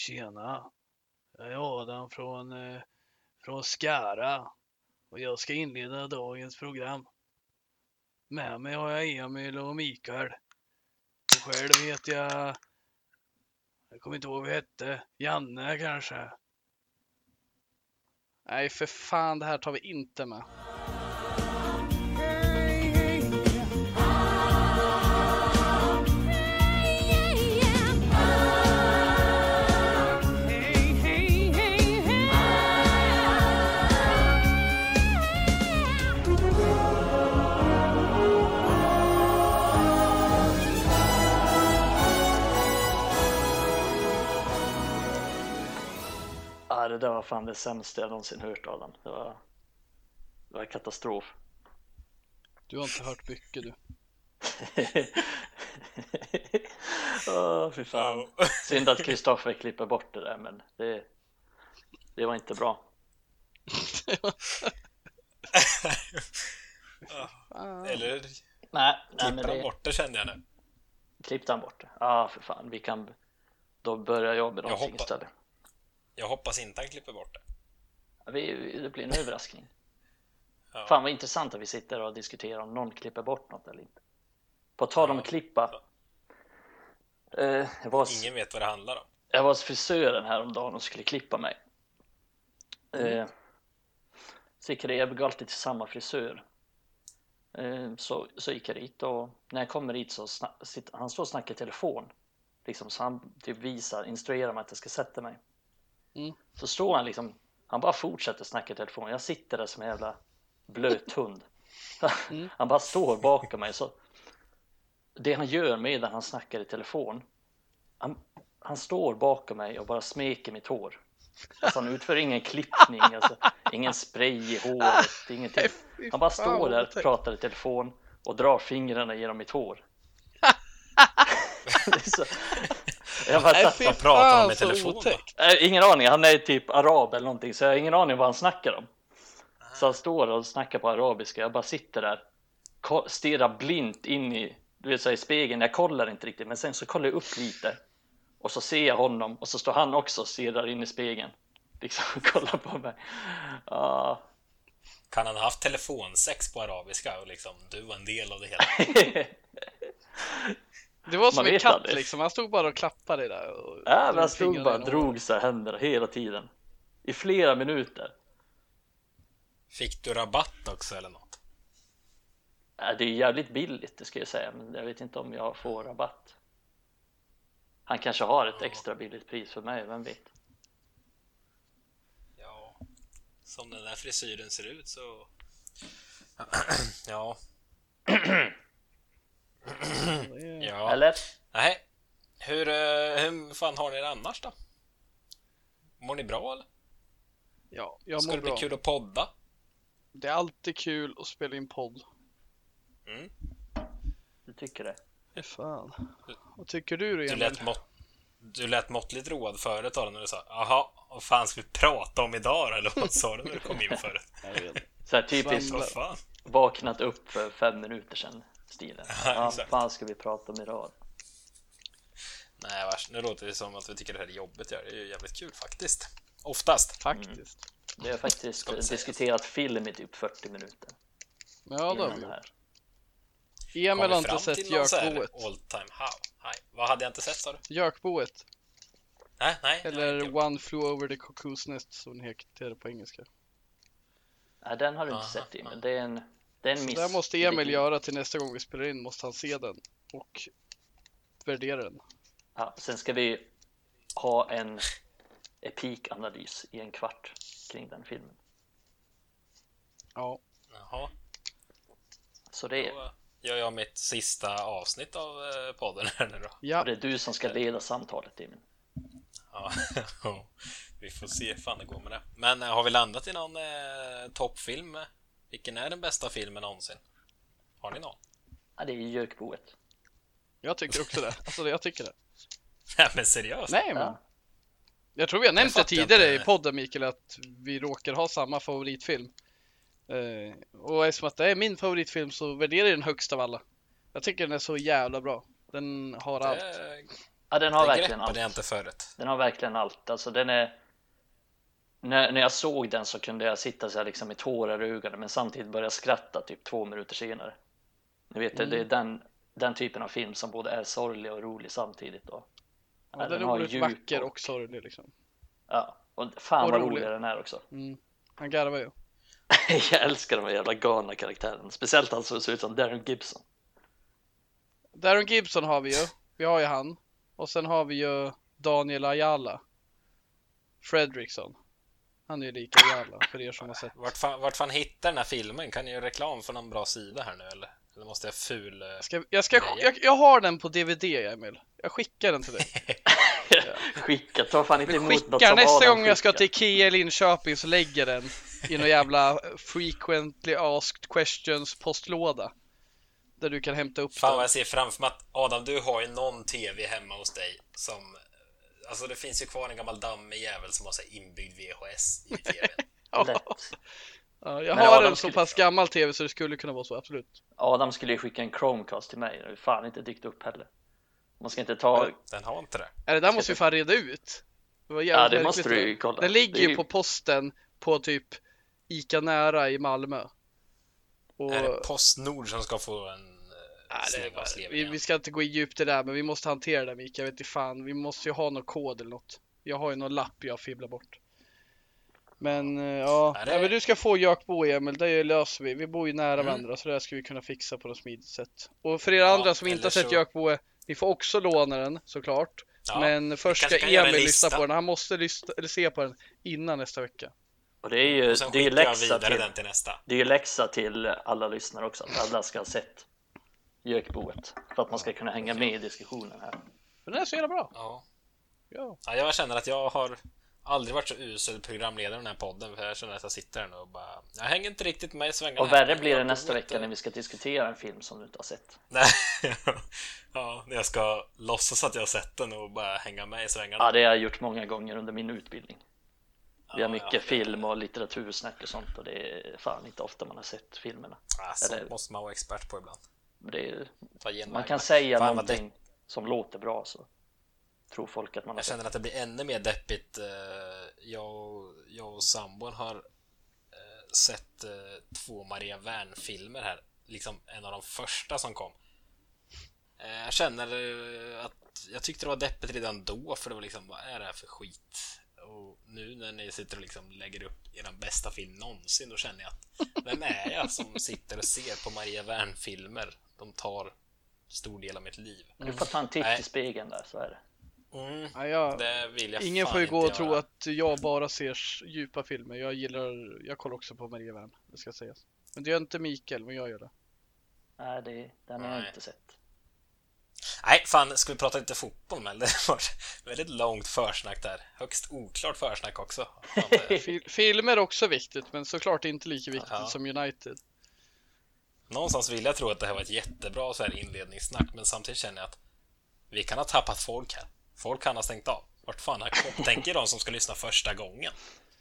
Tjena, jag är Adam från Skara och jag ska inleda dagens program. Med mig har jag Emil och Mikael. Och själv heter jag kommer inte ihåg vad jag hette, Janne kanske. Nej, för fan, det här tar vi inte med. Det där var fan det sämsta jag någonsin hört av den. Det var katastrof. Du har inte hört mycket, du. Fy fan. Synd att Kristoffer klipper bort det där, men det var inte bra. Eller Nej, klipper han bort det, kände jag nu. Klippte han bort det? Ja, för fan. Då börjar jag med någonting istället. Jag hoppas inte han klipper bort det. Det blir en överraskning. Ja. Fan vad intressant att vi sitter och diskuterar om någon klipper bort något eller inte. På tal om att klippa. Ingen vet vad det handlar om. Jag var hos frisören här om dagen och skulle klippa mig. Så gick jag brukar alltid till samma frisör. Så gick jag dit, och när jag kommer dit så han står och snackar i telefon. Liksom, så han typ instruerar mig att jag ska sätta mig. Så står han liksom, han bara fortsätter snacka i telefon. Jag sitter där som en jävla blöt hund. Han bara står bakom mig. Så det han gör medan han snackar i telefon, han står bakom mig och bara smeker mitt hår. Alltså han utför ingen klippning, alltså, ingen spray i håret, ingenting. Han bara står där och pratar i telefon och drar fingrarna genom mitt hår. Vad pratar han med telefon? Ingen aning, han är typ arab eller någonting, så jag har ingen aning vad han snackar om. Så han står och snackar på arabiska. Jag bara sitter där, stirrar blint in i spegeln. Jag kollar inte riktigt, men sen så kollar jag upp lite. Och så ser jag honom, och så står han också och stirrar in i spegeln. Liksom och kollar på mig. Kan han ha haft telefonsex på arabiska och liksom du var en del av det hela? Det var som en katt liksom, han stod bara och klappade där. Ja, han stod bara och drog sig händerna hela tiden. I flera minuter. Fick du rabatt också eller något? Ja, det är jävligt billigt, det ska jag säga. Men jag vet inte om jag får rabatt. Han kanske har ett extra billigt pris för mig, vem vet. Ja, som den där frisyren ser ut så... Ja. Ja. Eller? Nej. Hur fan har ni det annars då? Mår ni bra eller? Ja, jag Ska mår det bli bra. kul att podda? Det är alltid kul att spela in podd. Du tycker det? Fan. Vad tycker du då, Emil? Du lät måttligt road förut när du sa jaha, vad fan ska vi prata om idag eller vad sa du när du kom in förut? Så här typiskt vaknat upp för 5 minuter sedan stilen. Ja, fan ska vi prata om idag? Nej, nu låter det som att vi tycker det här är jobbigt. Det är ju jävligt kul faktiskt. Oftast. Faktiskt. Vi har faktiskt diskuterat film i typ 40 minuter. Ja, då har vi gjort. Emil har inte sett Jökboet. All time how. Vad hade jag inte sett, sa du? Jökboet. Nej. Eller One Flew Over the Cuckoo's Nest, som den heter på engelska. Nej, den har du inte sett i, men det är en miss. Det måste Emil göra till nästa gång vi spelar in. Måste han se den och värdera den. Ja, sen ska vi ha en epikanalys i 1 kvart kring den filmen. Ja. Jaha. Så det är... Då gör jag mitt sista avsnitt av podden här nu då. Ja. Och det är du som ska leda samtalet, Emil. Ja, vi får se fan det går med det. Men har vi landat i någon toppfilm? Vilken är den bästa filmen någonsin? Har ni någon? Ja, det är Jökboet. Jag tycker också det. Alltså jag tycker det. Nej, men seriöst? Nej, men jag tror vi har nämnt det tidigare i podden, Mikael, att vi råkar ha samma favoritfilm. Och eftersom att det är min favoritfilm så värderar jag den högst av alla. Jag tycker den är så jävla bra. Den har allt. Ja, den har Det verkligen greppade jag allt. inte förut. Den har verkligen allt. Alltså den är... När jag såg den så kunde jag sitta så här liksom med tårar i ögonen, men samtidigt börja skratta typ 2 minuter senare. Ni vet, det är den typen av film som både är sorglig och rolig samtidigt då. Ja, den är oerhört vacker och sorglig liksom. Ja, och fan Och vad rolig. rolig den är också. Han garvar ju. Jag älskar de här jävla galna karaktärerna. Speciellt han som ser ut som Darren Gibson. Darren Gibson har vi ju. Vi har ju han. Och sen har vi ju Daniel Ayala. Fredriksson. Han är ju lika Ayala för er som har sett. Vart fan hittar den här filmen? Kan ni göra reklam för någon bra sida här nu eller? Eller måste jag ful... Jag har den på DVD, Emil. Jag skickar den till dig. Skicka, ta fan inte emot något Skickar som nästa Adam gång jag ska skickar. till Ikea i Linköping så lägger den i någon jävla frequently asked questions postlåda. Där du kan hämta upp Fan den. vad jag ser framför mig att Adam, du har ju någon tv hemma hos dig som... Alltså det finns ju kvar en gammal dammig jävel som har så här inbyggd VHS i tvn. Lätt. Ja, jag Men har Adam en så skulle- pass gammal tv så det skulle kunna vara så, absolut. Adam skulle ju skicka en Chromecast till mig. Det har fan inte dykt upp heller. Man ska inte ta... Den har inte det. Det där måste vi fan reda ut. Det var Ja, jävligt det måste märkligt. du ju kolla. Den ligger Det är ju på posten på typ Ica Nära i Malmö. Och... Är det Postnord som ska få en Nej, det är släng av bara, sleven vi igen? ska inte gå i djupt i det där, men vi måste hantera det, Mika. Jag vet inte fan, vi måste ju ha någon kod eller något. Jag har ju någon lapp jag fibblar bort. Men ja, Är det- Nej, men du ska få Jökbo, Emil, det löser vi. Vi bor ju nära Mm. varandra, så det här ska vi kunna fixa på något smidigt sätt. Och för er andra som inte eller har sett så- Jökbo, ni får också låna den såklart. Ja, Men först ska kanske kan göra en Emil lyssna lista. på den. Han måste eller se på den innan nästa vecka. Och det är ju Och sen det är ju skickar jag läxa vidare till, den till nästa. det är ju läxa till alla lyssnare också. Att alla ska ha sett Jökboet. För att man ska kunna hänga med i diskussionen här. Men den är så jävla bra. Ja. Ja. Ja, jag känner att jag har aldrig varit så usel programledare i den här podden, för jag känner att jag sitter här nu och bara... Jag hänger inte riktigt med i svängarna. Och här. värre blir det Jag nästa bor vecka inte- när vi ska diskutera en film som du inte har sett. Nej. Ja, när jag ska låtsas att jag har sett den och bara hänga med i svängarna. Ja, det har jag gjort många gånger under min utbildning. Vi har Ja, mycket ja. film och litteratursnack och sånt, och det är fan inte ofta man har sett filmerna. Sånt eller- måste man vara expert på ibland. Men det är, Ta igen man vägarna. kan säga Fan, vad någonting som låter bra, så tror folk att man har Jag sett. känner att det blir ännu mer deppigt. Jag och sambon har sett 2 Maria Wern-filmer här. Liksom en av de första som kom. Jag känner att jag tyckte det var deppigt redan då, för det var liksom, vad är det här för skit? Och nu när ni sitter och liksom lägger upp er bästa film någonsin, då känner jag att vem är jag som sitter och ser på Maria Wern-filmer? De tar stor del av mitt liv. Du får ta en titt Nej. i spegeln där, så är det. Ja, Det vill jag ingen fan får ju inte gå och göra. tro att jag bara ser djupa filmer. Jag kollar också på Maria Wern, det ska sägas. Men det gör inte Mikael, men jag gör det. Nej, den har jag Nej. inte sett. Nej, fan, ska vi prata lite fotboll med? Det var väldigt långt försnack där. Högst oklart försnack också. Fan, Filmer är också viktigt, men såklart inte lika viktigt Ja. som United. någonstans vill jag tro att det här var ett jättebra så här inledningssnack, men samtidigt känner jag att vi kan ha tappat folk här. Folk kan ha stängt av. Vart fan tänker de som ska lyssna första gången?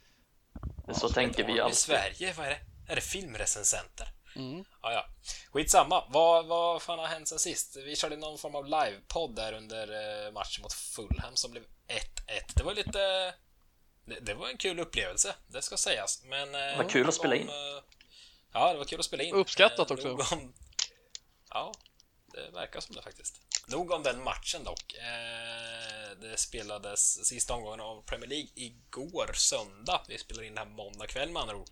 Så tänker vi I alltid. Sverige, vad är det? Är det filmrecensenter? Mm. Ja. Skitsamma. Vad fan har hänt sen sist? Vi körde någon form av livepodd där under matchen mot Fulham som blev 1-1. Det var lite... Det var en kul upplevelse, det ska sägas. Men, Vad kul att spela in. Ja, det var kul att spela in. Uppskattat också. nog om- Ja, det verkar som det faktiskt. Nog om den matchen dock. Det spelades sista omgången av Premier League igår söndag. Vi spelade in det här måndag kväll med andra ord.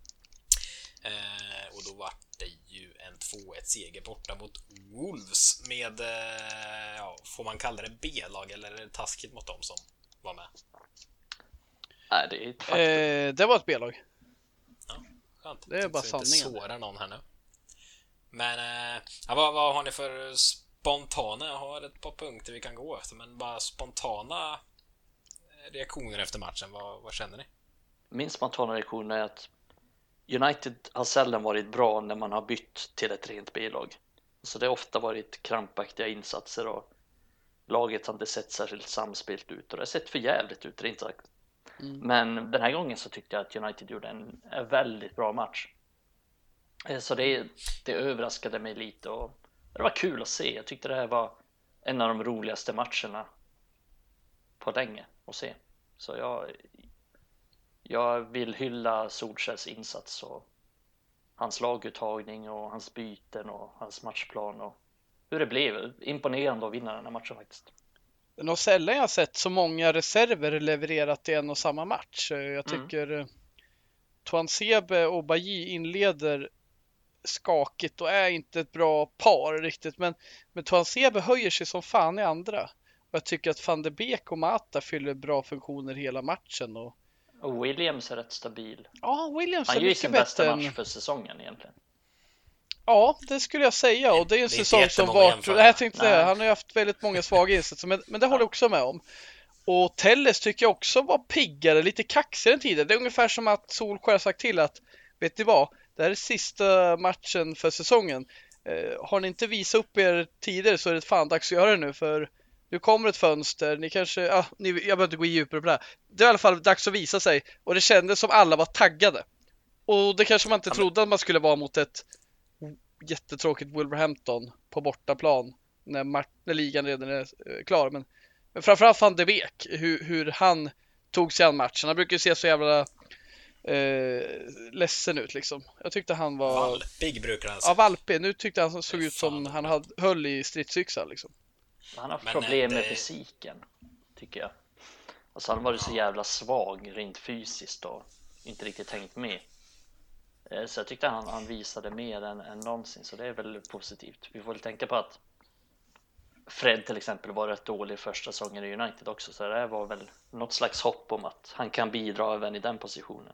Och då var det ju en 2-1 seger borta mot Wolves med, får man kalla det B-lag, eller är det taskigt mot dem som var med? Nej, det är ett faktum. Det var ett B-lag. Skönt. Det är bara Så inte sanningen. sårar någon här nu. Men vad har ni för spontana? Jag har ett par punkter vi kan gå efter, men bara spontana reaktioner efter matchen. Vad känner ni? Min spontana reaktion är att United har sällan varit bra när man har bytt till ett rent B-lag. Så det har ofta varit krampaktiga insatser och laget har inte sett särskilt samspelt ut, och det har sett för jävligt ut rent sagt. Men den här gången så tyckte jag att United gjorde en väldigt bra match. Så det överraskade mig lite, och det var kul att se. Jag tyckte det här var en av de roligaste matcherna på länge att se. Så jag vill hylla Solskjers insats och hans laguttagning och hans byten och hans matchplan och hur det blev. Imponerande att vinna den här matchen faktiskt. Det är nog sällan jag har sett så många reserver levererat i en och samma match. Jag tycker Tuanzebe och Bailly inleder skakigt och är inte ett bra par riktigt. Men Tuanzebe höjer sig som fan i andra. Och jag tycker att Van de Beek och Mata fyller bra funktioner hela matchen. Och Williams är rätt stabil. Ja, Williams Han är gör ju mycket sin bättre bästa match för säsongen egentligen. Ja, det skulle jag säga. Och det är en Det är inte säsong som jättemånga vart... jämförare. Nej, jag tänkte Nej. säga, han har ju haft väldigt många svaga insatser. Men det håller jag också med om. Och Telles tycker jag också var piggare, lite kaxigare än tidigare. Det är ungefär som att Solskjær har sagt till att, vet ni vad? Det här är sista matchen för säsongen. Har ni inte visat upp er tidigare så är det fan dags att göra det nu. För nu kommer ett fönster. Ni kanske... jag behöver inte gå djupare på det här. Det är i alla fall dags att visa sig. Och det kändes som alla var taggade. Och det kanske man inte trodde att man skulle vara mot ett jättetråkigt Wolverhampton på bortaplan när ligan redan är klar. Men framförallt Van de Beek, hur han tog sig an matchen. Han brukar ju se så jävla ledsen ut liksom. Jag tyckte han var... Valpig brukar han Ja, säga. valpig. Nu tyckte han såg ut som han höll i stridsyxan liksom. Han har Men, problem med det- fysiken, tycker jag. Alltså han var ju så jävla svag rent fysiskt och inte riktigt hängt med. Så jag tyckte han visade mer än någonsin, så det är väl positivt. Vi får väl tänka på att Fred till exempel var rätt dålig första säsongen i United också, så det var väl något slags hopp om att han kan bidra även i den positionen.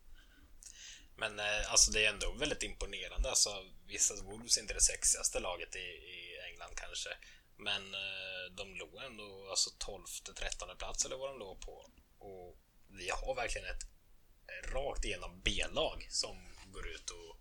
Men alltså det är ändå väldigt imponerande. Alltså, visst att Wolves inte är det sexigaste laget i England kanske. Men de låg ändå alltså 12-13 plats eller vad de låg på. Och vi har verkligen ett rakt igenom B-lag som går ut och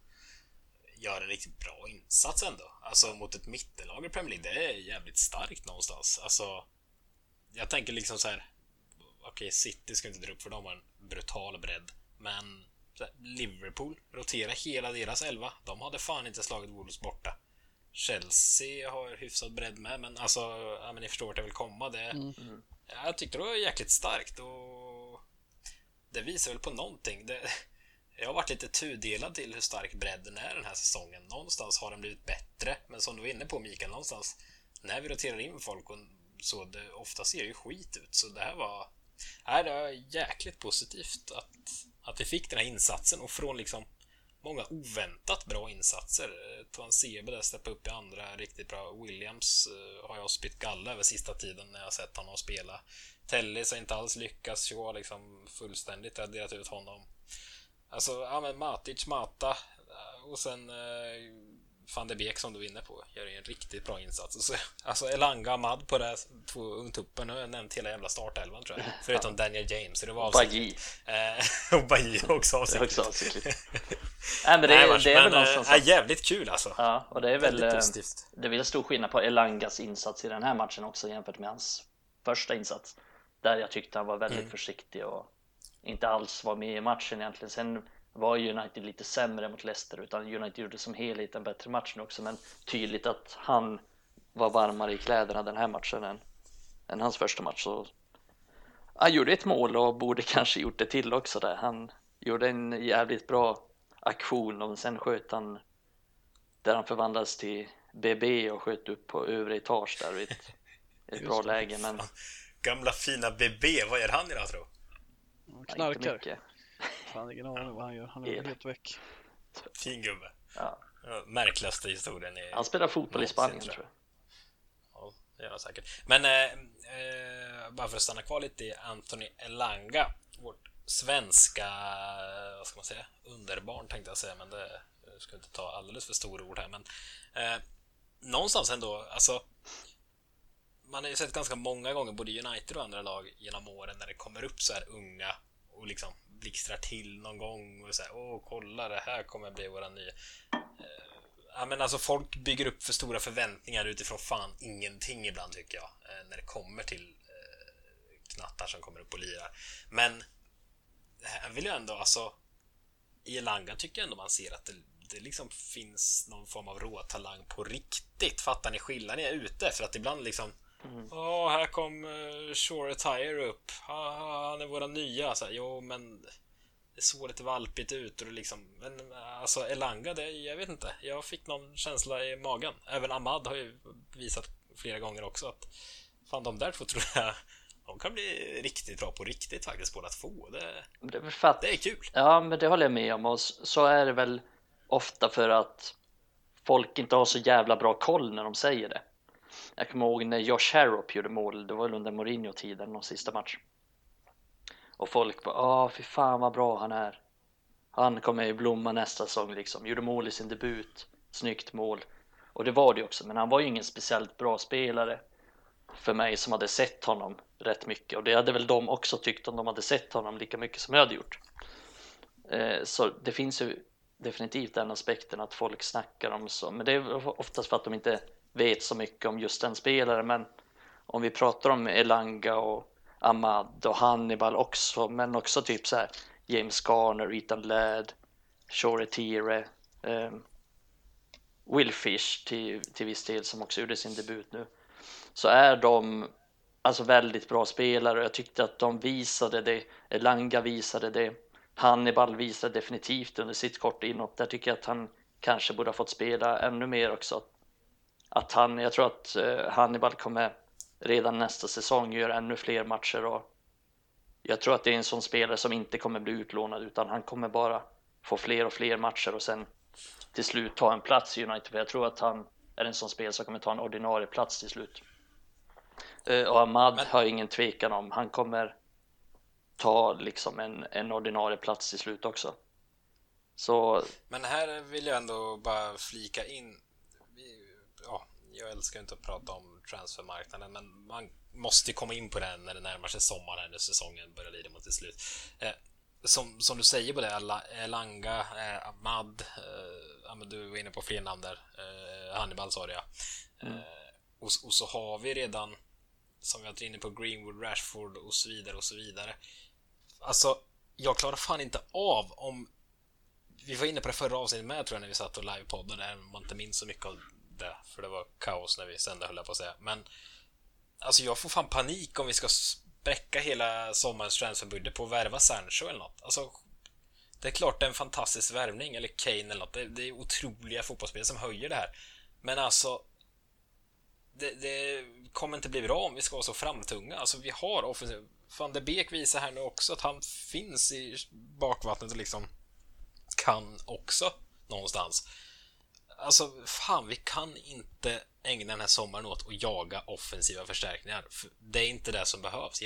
gör en riktigt bra insats ändå. Alltså mot ett mittenlag i Premier League, det är jävligt starkt någonstans. Alltså, jag tänker liksom så här. Okej, City ska inte dra upp för de har en brutal bredd. Men Liverpool roterar hela deras 11. De hade fan inte slagit Wolves borta. Chelsea har hyfsat bredd med, men alltså, ja, men ni förstår att jag vill komma. Jag tyckte det var jäkligt starkt och det visar väl på någonting. Jag har varit lite tudelad till hur stark bredden är den här säsongen. Någonstans har den blivit bättre, men som du var inne på Mikael, någonstans när vi roterar in folk och så, det ofta ser ju skit ut. Så det var jäkligt positivt att vi fick den här insatsen, och från liksom många oväntat bra insatser. Tuanzebe där steppade upp i andra riktigt bra. Williams har jag spytt galla över sista tiden när jag sett honom spela. Telles har inte alls lyckats. Jag har liksom fullständigt raderat ut honom. Alltså, ja, men Matic, Mata och sen Van de Beek som du är inne på gör en riktigt bra insats. Och så, alltså Elanga, Ahmad på det, två ungtuppen. Nu har jag nämnt hela jävla startelvan tror jag. Förutom Daniel James, så det var avsiktligt. Och Bailly också avsiktligt. Nej, men det är väl någonstans jävligt kul alltså. Ja, och det är väl positivt. det är väl stor skillnad på Elangas insats i den här matchen också jämfört med hans första insats. Där jag tyckte han var väldigt försiktig och inte alls var med i matchen egentligen. Sen var ju United lite sämre mot Leicester, utan United gjorde som helhet en bättre match nu också, men tydligt att han var varmare i kläderna den här matchen än hans första match. Så han gjorde ett mål och borde kanske gjort det till också där. Han gjorde en jävligt bra aktion och sen sköt han där han förvandlades till BB och sköt upp på övre etage där i ett bra läge. Men gamla fina BB, vad gör han idag, tror? Knarkar. Fan, ingen aning vad han gör. Han är helt väck. Fin gubbe. Ja. Märkligaste historien han spelar fotboll i Spanien, tror jag. Ja, det gör han säkert. Men bara för att stanna kvar lite i Anthony Elanga, vårt svenska, vad ska man säga, underbarn tänkte jag säga, men det ska inte ta alldeles för stora ord här, men någonstans ändå, alltså man har ju sett ganska många gånger både United och andra lag genom åren när det kommer upp så här unga och liksom blixtrar till någon gång och säger kolla, det här kommer bli våra nya. Ja, men alltså folk bygger upp för stora förväntningar utifrån fan ingenting ibland, tycker jag, när det kommer till knattar som kommer upp och lirar. Men här vill jag ändå, alltså i Elanga tycker jag ändå man ser att det liksom finns någon form av råtalang på riktigt. Fattar ni skillnaden jag är ute? För att ibland liksom Här kom Shore Tire upp. Han är våra nya. Så här, jo, men det såg lite valpigt ut. Och liksom, men alltså Elanga, jag vet inte. Jag fick någon känsla i magen. Även Ahmad har ju visat flera gånger också att fan, de där två tror jag de kan bli riktigt bra på riktigt faktiskt, båda två. Det är kul. Ja, men det håller jag med om. Och så är det väl ofta för att folk inte har så jävla bra koll när de säger det. Jag kommer ihåg när Josh Harrop gjorde mål. Det var väl under Mourinho-tiden, någon sista match. Och folk bara, fy fan vad bra han är. Han kommer ju blomma nästa säsong liksom. Gjorde mål i sin debut. Snyggt mål. Och det var det också. Men han var ju ingen speciellt bra spelare för mig som hade sett honom rätt mycket. Och det hade väl de också tyckt om de hade sett honom lika mycket som jag hade gjort. Så det finns ju definitivt den aspekten att folk snackar om så. Men det är oftast för att de inte vet så mycket om just den spelaren. Men om vi pratar om Elanga och Ahmad och Hannibal också, men också typ så här James Garner, Ethan Ladd, Shore Tire, Will Fish till viss del som också gjorde sin debut nu, så är de alltså väldigt bra spelare. Jag tyckte att de visade det. Elanga visade det. Hannibal visade definitivt under sitt korta inhopp. Där tycker jag att han kanske borde ha fått spela ännu mer också. Jag tror att Hannibal kommer redan nästa säsong göra ännu fler matcher, och jag tror att det är en sån spelare som inte kommer bli utlånad, utan han kommer bara få fler och fler matcher och sen till slut ta en plats i United. För jag tror att han är en sån spelare som kommer ta en ordinarie plats till slut. Och Ahmad har ingen tvekan om. Han kommer ta liksom en ordinarie plats till slut också. Så... Men här vill jag ändå bara flika in. Jag älskar inte att prata om transfermarknaden, men man måste komma in på den när det närmar sig sommaren, när säsongen börjar lida mot sitt slut. Som du säger på det, Elanga, Ahmad, du var inne på fler namn där, Hannibal sa det, ja. Och så har vi redan, som vi har varit inne på, Greenwood, Rashford och så vidare och så vidare. Alltså, jag klarar fan inte av, om vi var inne på det förra avsnittet med, tror jag, när vi satt och livepoddade, där man inte minns så mycket av det, för det var kaos när vi sände, höll jag på att säga. Men alltså, jag får fan panik om vi ska spräcka hela sommarens transferbudget på att värva Sancho eller något. Alltså, det är klart det är en fantastisk värvning, eller Kane eller något. Det är otroliga fotbollsspelare som höjer det här. Men alltså, det kommer inte bli bra om vi ska vara så framtunga. Alltså, vi har offensiv. Van de Beek visar här nu också att han finns i bakvattnet och liksom kan också någonstans. Alltså, fan, vi kan inte ägna den här sommaren åt att jaga offensiva förstärkningar. För det är inte det som behövs.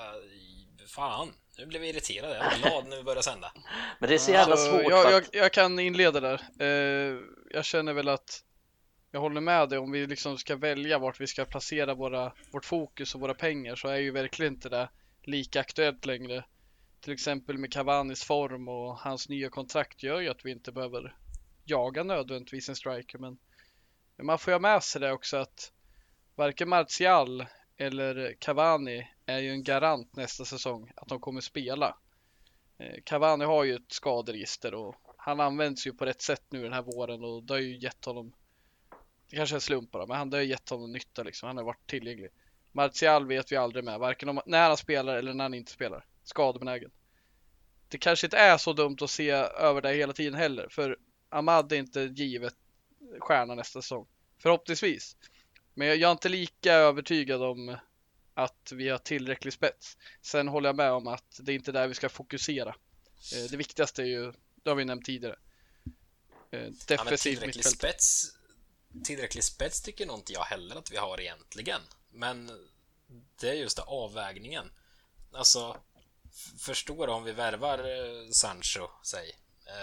Fan, nu blev jag irriterad. Jag är glad när vi börjar sända. Men det är så jävla svårt. Jag kan inleda där. Jag känner väl att jag håller med dig. Om vi liksom ska välja vart vi ska placera vårt fokus och våra pengar, så är ju verkligen inte det lika aktuellt längre. Till exempel med Cavanis form och hans nya kontrakt gör ju att vi inte behöver jaga nödvändigtvis en striker, men man får ju ha med sig det också att varken Martial eller Cavani är ju en garant nästa säsong att de kommer spela. Cavani har ju ett skaderegister och han används ju på rätt sätt nu den här våren, och det har ju gett honom, det kanske är slumpar, men han har ju gett honom nytta liksom. Han har varit tillgänglig. Martial vet vi aldrig med, varken när han spelar eller när han inte spelar. Skadebenägen. Det kanske inte är så dumt att se över det hela tiden heller, för Ahmad är inte givet stjärna nästa säsong. Förhoppningsvis. Men jag är inte lika övertygad om att vi har tillräcklig spets. Sen håller jag med om att det är inte där vi ska fokusera. Det viktigaste är ju, det har vi nämnt tidigare, defensivt mittfält. Tillräcklig spets tycker nog inte jag heller att vi har egentligen. Men det är just det, avvägningen. Alltså, förstår du, om vi värvar Sancho, säg,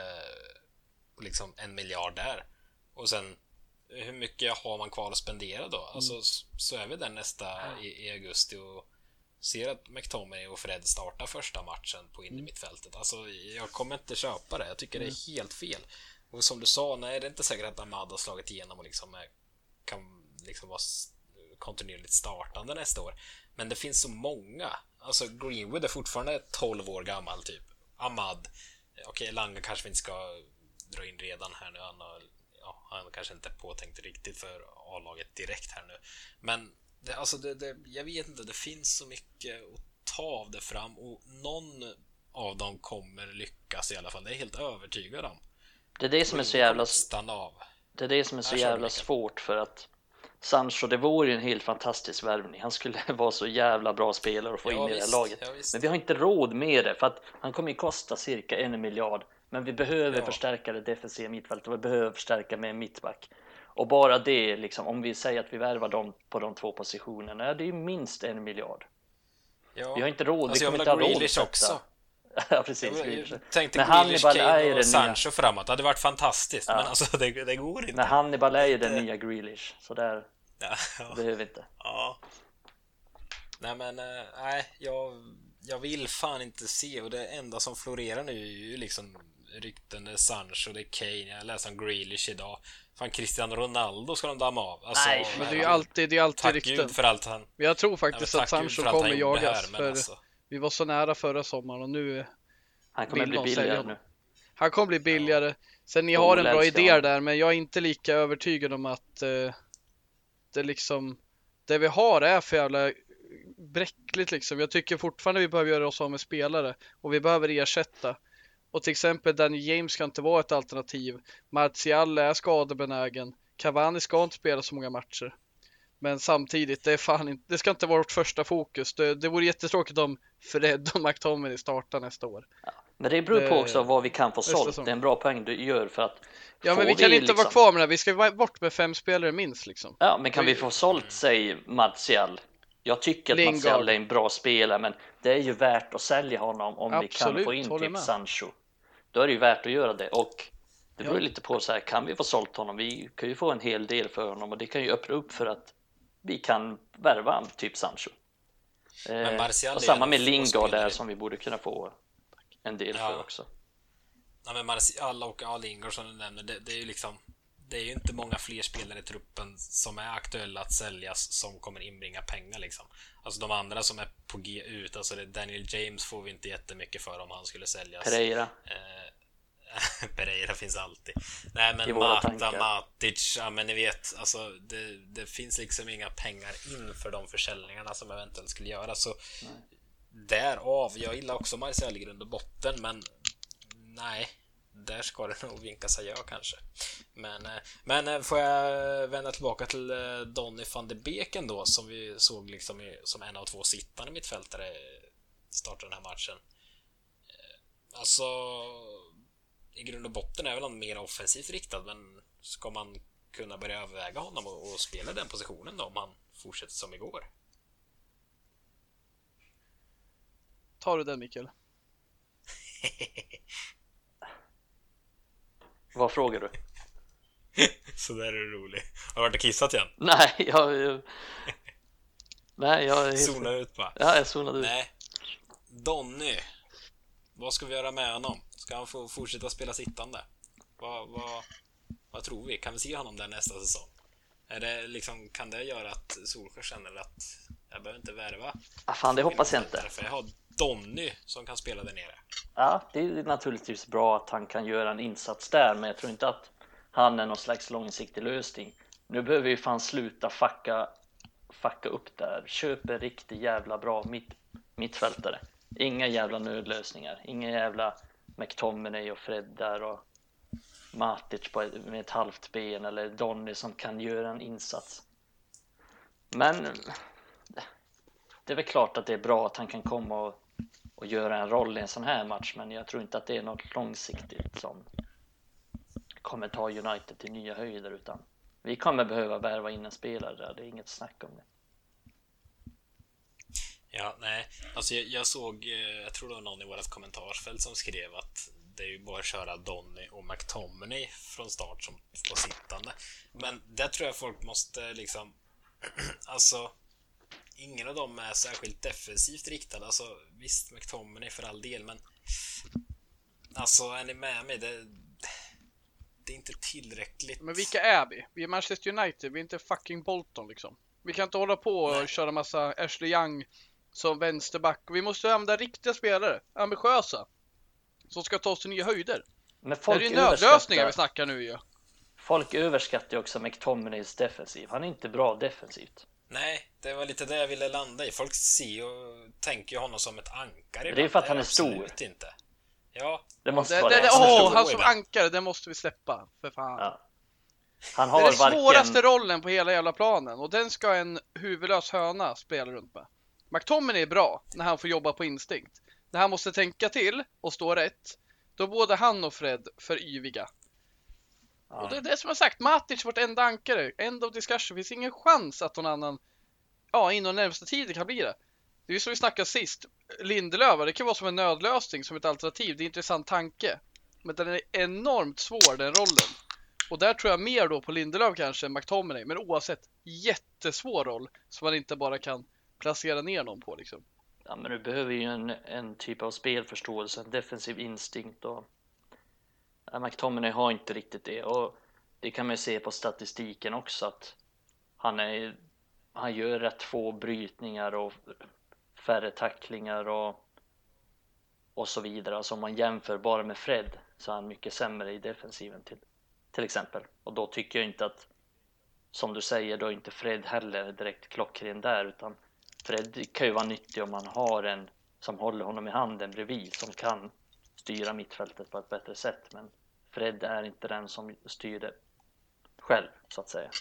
liksom 1 miljard där, och sen hur mycket har man kvar att spendera då? Alltså, så är vi där nästa i augusti och ser att McTominay och Fred startar första matchen på innermittfältet. Alltså, jag kommer inte köpa det. Jag tycker det är helt fel. Och som du sa, nej, det är inte säkert att Ahmad har slagit igenom och liksom kan liksom vara kontinuerligt startande nästa år. Men det finns så många. Alltså, Greenwood är fortfarande 12 år gammal typ. Ahmad, okej, Langa kanske vi inte ska dra in redan här nu. Han kanske inte är påtänkt riktigt för A-laget direkt här nu. Men jag vet inte, det finns så mycket att ta av det fram, och någon av dem kommer lyckas i alla fall. Det är jag helt övertygad om. Det är det som är så jävla stanna av. Det är det som är så jävla svårt, för att Sancho, det vore ju en helt fantastisk värvning. Han skulle vara så jävla bra spelare att få in i det här laget. Men vi har inte råd med det, för att han kommer ju kosta cirka 1 miljard. Men vi behöver förstärka det defensiva mittfältet och vi behöver förstärka med en mittback. Och bara det, liksom, om vi säger att vi värvar dem på de 2 positionerna, det är ju minst 1 miljard. Ja. Vi har inte råd, alltså, vi kommer inte ha råd att också. Ja, precis. Jag tänkte Grealish, Kane och Sancho framåt. Det hade varit fantastiskt, men alltså det går inte. Men Hannibal är ju den nya Grealish, så där behöver vi inte. Ja. Nej, men jag vill fan inte se, och det enda som florerar nu är ju liksom rykten, det är Sancho, det är Kane, jag läste om Grealish idag. Fan, Cristiano Ronaldo ska de damma av. Alltså, nej, men det är ju alltid rykten. Gud för allt han... Men jag tror faktiskt att Sancho kommer jagas, för alltså. Vi var så nära förra sommaren och nu han kommer bli billigare nu. Han kommer bli billigare. Sen ni har en bra idé där, men jag är inte lika övertygad om att det liksom, det vi har är för jävla bräckligt liksom. Jag tycker fortfarande vi behöver göra oss av med spelare och vi behöver ersätta. Och till exempel Daniel James kan inte vara ett alternativ. Martial är skadebenägen. Cavani ska inte spela så många matcher. Men samtidigt, det ska inte vara vårt första fokus. Det vore jättetråkigt om Fred och McTominay startar nästa år. Ja, men det beror på också vad vi kan få sålt. Det är en bra poäng du gör, för att ja, men vi kan inte vara kvar med det. Vi ska vara bort med 5 spelare minst liksom. Ja, men kan vi få sålt, säg Martial. Jag tycker att Martial är en bra spelare, men det är ju värt att sälja honom om vi kan få in typ Sancho. Då är det ju värt att göra det, och det beror lite på så här, kan vi få sålt honom? Vi kan ju få en hel del för honom, och det kan ju öppna upp för att vi kan värva typ Sancho. Och samma med Lingard där, som vi borde kunna få en del för också. Ja, men Martial och Lingard som du nämner, det är ju liksom, det är ju inte många fler spelare i truppen som är aktuella att säljas som kommer inbringa pengar liksom. Alltså de andra som är på G ut, alltså det Daniel James får vi inte jättemycket för om han skulle säljas. Pereira finns alltid. Nej, men Matic, ja, men ni vet, alltså det finns liksom inga pengar in för de försäljningarna som eventuellt skulle göra, så därav, jag gillar också Martial i grund och botten, men nej, där ska det nog vinkas adjö kanske. Men får jag vända tillbaka till Donny van de Beek då, som vi såg liksom som en av 2 sittande mittfältare starta den här matchen. Alltså i grund och botten är väl han mer offensivt riktad, men ska man kunna börja överväga honom och spela den positionen då, om han fortsätter som igår? Tar du den, Mikael? Vad frågar du? Så där är det roligt. Har du varit och kissat igen? Nej, jag zonade ut bara. Ja, jag zonade ut. Nej. Donny, vad ska vi göra med honom? Ska han få fortsätta spela sittande? Vad tror vi? Kan vi se honom där nästa säsong? Är det liksom, kan det göra att Solskjaer känner att jag behöver inte värva? Fan, det hoppas jag inte. För jag har Donny som kan spela där nere. Ja, det är naturligtvis bra att han kan göra en insats där, men jag tror inte att han är någon slags långsiktig lösning. Nu behöver vi fan sluta fucka upp där. Köp en riktigt jävla bra mittfältare. Inga jävla nödlösningar. Inga jävla McTominay och Fred där och Matic med ett halvt ben, eller Donny som kan göra en insats. Men det är väl klart att det är bra att han kan komma och göra en roll i en sån här match, men jag tror inte att det är något långsiktigt som kommer ta United till nya höjder, utan vi kommer behöva värva in en spelare där, det är inget snack om det. Ja, nej. Alltså jag såg, jag tror det var någon i vårat kommentarsfält som skrev att det är ju bara att köra Donny och McTominay från start som står sittande. Men det tror jag folk måste liksom alltså ingen av dem är särskilt defensivt riktad. Alltså visst, McTominay för all del, men alltså är ni med mig? Det är inte tillräckligt. Men vilka är vi? Vi är Manchester United, vi är inte fucking Bolton liksom. Vi kan inte hålla på och köra massa Ashley Young som vänsterback. Vi måste använda riktiga spelare, ambitiösa, som ska ta oss till nya höjder. Men folk, det är ju nödlösningar vi snackar nu ju. Folk överskattar ju också McTominays defensiv. Han är inte bra defensivt. Nej, det var lite det jag ville landa i. Folk ser och tänker ju honom som ett ankare. Det är för att han är absolut stor. Inte. Ja, Det måste vara det. Han som ankare, det måste vi släppa. För fan. Ja. Han har det är den varken... svåraste rollen på hela jävla planen. Och den ska en huvudlös höna spela runt med. McTominay är bra när han får jobba på instinkt. När han måste tänka till och stå rätt, då är både han och Fred för yviga. Ja. Och det är det som jag sagt, Matic vårt enda ankare. End of discussion. Det finns ingen chans att någon annan inom närmsta tiden kan bli det. Det är ju som vi snackade sist. Lindelöf, det kan vara som en nödlösning, som ett alternativ. Det är en intressant tanke. Men den är enormt svår, den rollen. Och där tror jag mer då på Lindelöf kanske än McTominay. Men oavsett, jättesvår roll som man inte bara kan placera ner någon på liksom. Ja, men du behöver ju en typ av spelförståelse, en defensiv instinkt och McTominay har inte riktigt det, och det kan man ju se på statistiken också, att han gör rätt få brytningar och färre tacklingar och så vidare. Alltså om man jämför bara med Fred så är han mycket sämre i defensiven till exempel. Och då tycker jag inte att, som du säger, då är inte Fred heller direkt klockren där, utan Fred kan ju vara nyttig om man har en som håller honom i handen bredvid, som kan styra mittfältet på ett bättre sätt. Men Fred är inte den som styr det själv, så att säga.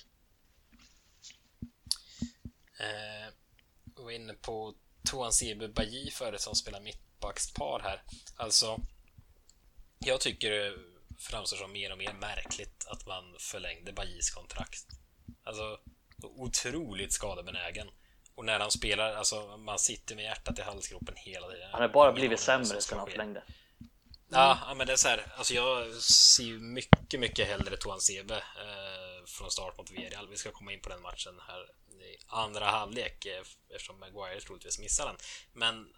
Vi var inne på Tuanzebe Bailly förut, som spelar mittbackspar här. Alltså, jag tycker det framstår som mer och mer märkligt att man förlängde Baillys kontrakt. Alltså, otroligt skadebenägen. Och när han spelar, alltså man sitter med hjärtat i halsgropen hela tiden. Han har bara blivit sämre sen han förlängde. Ja, men det är så här, alltså jag ser ju mycket hellre Tuanzebe från start mot Villarreal. Vi ska komma in på den matchen här i andra halvlek, eftersom Maguire troligtvis missar den. Men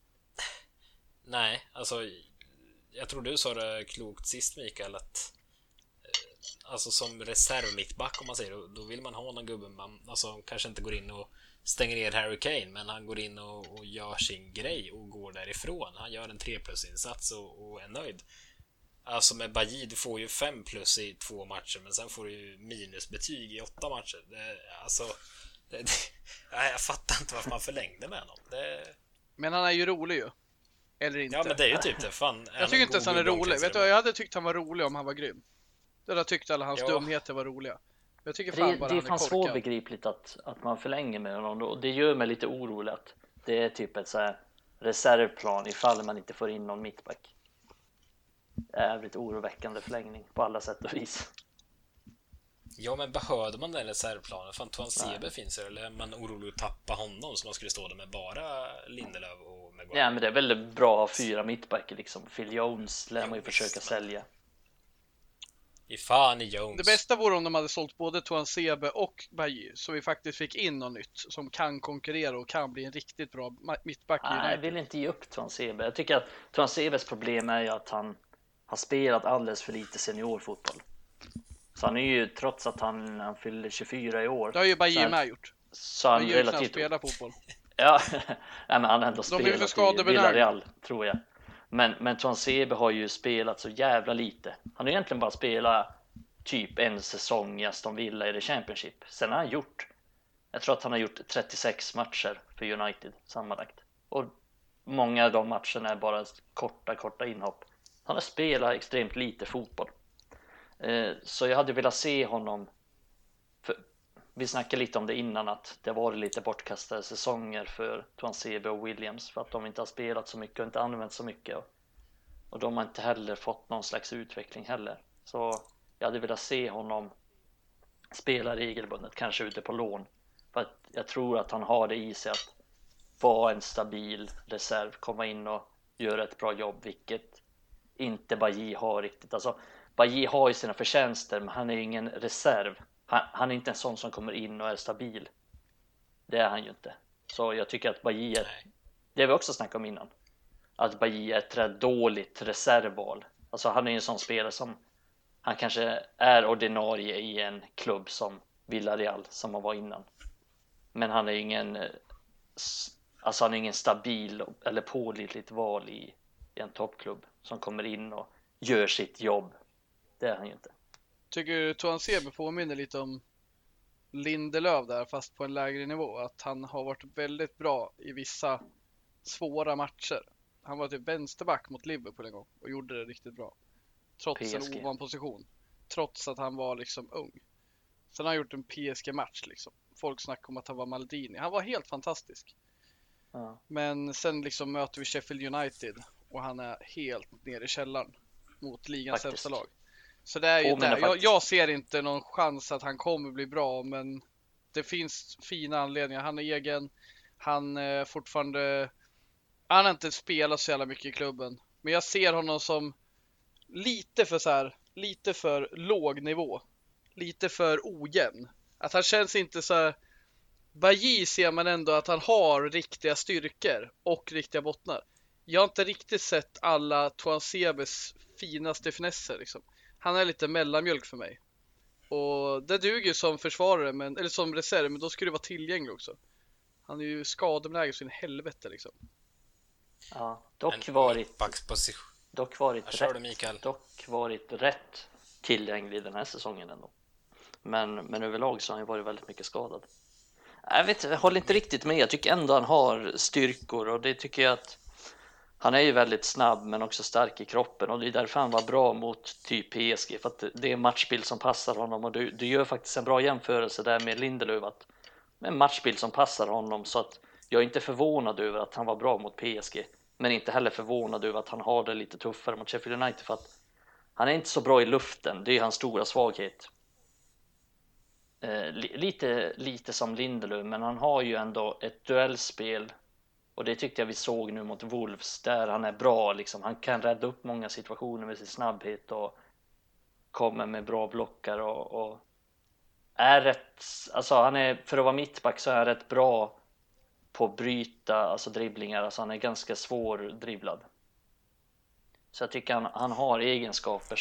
nej, alltså jag tror du sa det klokt sist, Mikael, att alltså som reservmittback, om man säger, då vill man ha någon gubbe man alltså kanske inte går in och stänger ner Harry Kane, men han går in och gör sin grej och går därifrån. Han gör en 3+-insats och är nöjd. Alltså med Bailly, du får ju 5+ i 2 matcher, men sen får du ju minusbetyg i 8 matcher. Jag fattar inte varför man förlängde med honom. Men han är ju rolig ju. Eller inte. Ja, men det är ju typ det. Fan, jag tycker inte ens han är rolig. Vet du, jag hade tyckt han var rolig om han var grym. Det hade tyckt alla hans dumheter var roliga. Jag tycker fan det är fan svårbegripligt att man förlänger med honom, och det gör mig lite orolig att det är typ ett så här reservplan ifall man inte får in någon mittback. Det är lite oroväckande förlängning på alla sätt och vis. Ja, men behövde man den reservplanen? Fan, Tuanzebe finns det, eller är man orolig att tappa honom så man skulle stå där med bara Lindelöf och Maguire? Ja, men det är väldigt bra att ha 4 mittbackar liksom. Phil Jones lär man ju försöka sälja. Fan i Jones. Det bästa vore om de hade sålt både Tuanzebe och Bailly, så vi faktiskt fick in något nytt som kan konkurrera och kan bli en riktigt bra mittback. Nej, jag vill inte ge upp Tuanzebe. Jag tycker att Tuanzebes problem är ju att han har spelat alldeles för lite seniorfotboll. Så han är ju, trots att han fyller 24 i år. Det har ju Bailly med gjort. Så han relativt spelar fotboll. Ja, nej, men han har ändå spelat i Villarreal, tror jag. Men Tuanzebe har ju spelat så jävla lite. Han har egentligen bara spelat typ en säsong i Aston Villa i The Championship. Sen har han jag tror att han har gjort 36 matcher för United sammanlagt. Och många av de matcherna är bara korta inhopp. Han har spelat extremt lite fotboll. Så jag hade velat se honom. Vi snackade lite om det innan, att det var lite bortkastade säsonger för Tuanzebe och Williams för att de inte har spelat så mycket och inte använt så mycket, och de har inte heller fått någon slags utveckling heller. Så jag hade velat se honom spela regelbundet, kanske ute på lån, för att jag tror att han har det i sig att vara en stabil reserv, komma in och göra ett bra jobb, vilket inte Bailly har riktigt. Alltså Bailly har ju sina förtjänster, men han är ingen reserv. Han är inte en sån som kommer in och är stabil. Det är han ju inte. Så jag tycker att Bailly är, det har vi också snackat om innan, att Bailly är ett dåligt reservval. Alltså han är ju en sån spelare som, han kanske är ordinarie i en klubb som Villarreal som han var innan. Men han är ingen, alltså han är ingen stabil eller pålitligt val i en toppklubb som kommer in och gör sitt jobb. Det är han ju inte. Tycker du Tuanzebe påminner lite om Lindelöf där, fast på en lägre nivå. Att han har varit väldigt bra i vissa svåra matcher. Han var typ vänsterback mot Liverpool en gång och gjorde det riktigt bra. Trots en PSG. ovan position. Trots att han var liksom ung. Sen har han gjort en PSG-match liksom. Folk snackar om att han var Maldini. Han var helt fantastisk. Ja. Men sen liksom möter vi Sheffield United och han är helt nere i källaren mot ligans Faktiskt. sämsta lag. Så det är ju Påminner där. faktiskt. Jag ser inte någon chans att han kommer bli bra, men det finns fina anledningar. Han är egen. Han är fortfarande... Han har inte spelat så jävla mycket i klubben. Men jag ser honom som lite för låg nivå. Lite för ojämn. Att han känns inte så här... Bajy ser man ändå att han har riktiga styrkor och riktiga bottnar. Jag har inte riktigt sett alla Tuansebes finaste finesser liksom. Han är lite mellanmjölk för mig. Och det duger som försvarare, eller som reserv, men då ska det vara tillgänglig också. Han är ju skadebenägen så in i helvete liksom. Ja, En mittbacksposition. dock Jag kör du, Mikael. varit rätt tillgänglig den här säsongen ändå. Men överlag så har han ju varit väldigt mycket skadad. Jag håller inte riktigt med. Jag tycker ändå han har styrkor, och det tycker jag att han är ju väldigt snabb men också stark i kroppen, och det är därför han var bra mot typ PSG, för att det är en matchbild som passar honom, och du gör faktiskt en bra jämförelse där med Lindelöf, att en matchbild som passar honom, så att jag är inte förvånad över att han var bra mot PSG, men inte heller förvånad över att han har det lite tuffare mot Sheffield United, för att han är inte så bra i luften. Det är hans stora svaghet. Lite som Lindelöf, men han har ju ändå ett duellspel, och det tyckte jag vi såg nu mot Wolves, där han är bra liksom. Han kan rädda upp många situationer med sin snabbhet och kommer med bra blockar och är rätt, alltså han är, för att vara mittback så är han rätt bra på att bryta, alltså dribblingar, alltså han är ganska svår dribblad. Så jag tycker han har egenskaper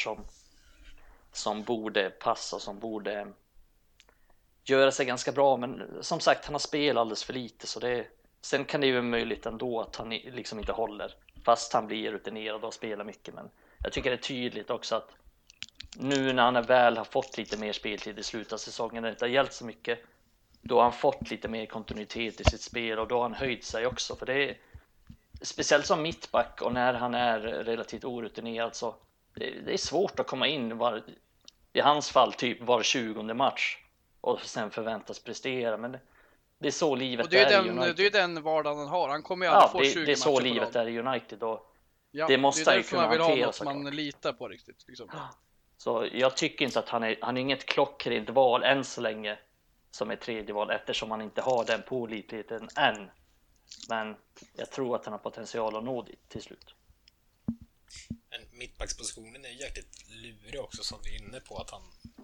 som borde passa, som borde göra sig ganska bra, men som sagt, han har spelat alldeles för lite, så sen kan det ju vara möjligt ändå att han liksom inte håller, fast han blir rutinerad och spelar mycket. Men jag tycker det är tydligt också att nu när han väl har fått lite mer speltid i slutet av säsongen, när det inte har hjälpt så mycket, då har han fått lite mer kontinuitet i sitt spel, och då har han höjt sig också, för det är speciellt som mittback, och när han är relativt orutinerad, så det är svårt att komma in i hans fall typ var 20:e match och sen förväntas prestera, men det är så livet och det är är i United. Det är den vardagen han har. Han kommer ju aldrig få 20 det är så matcher livet på är i United, och ja, det måste det är han ju därför kunna man vill ha hantera, något såklart. man litar på riktigt liksom. Så jag tycker inte att han är inget klockrent val än så länge som är tredje val, eftersom han inte har den pålitligheten än. Men jag tror att han har potential att nå dit till slut. Men mittbackspositionen är jäkligt lurig också, som du är inne på, att han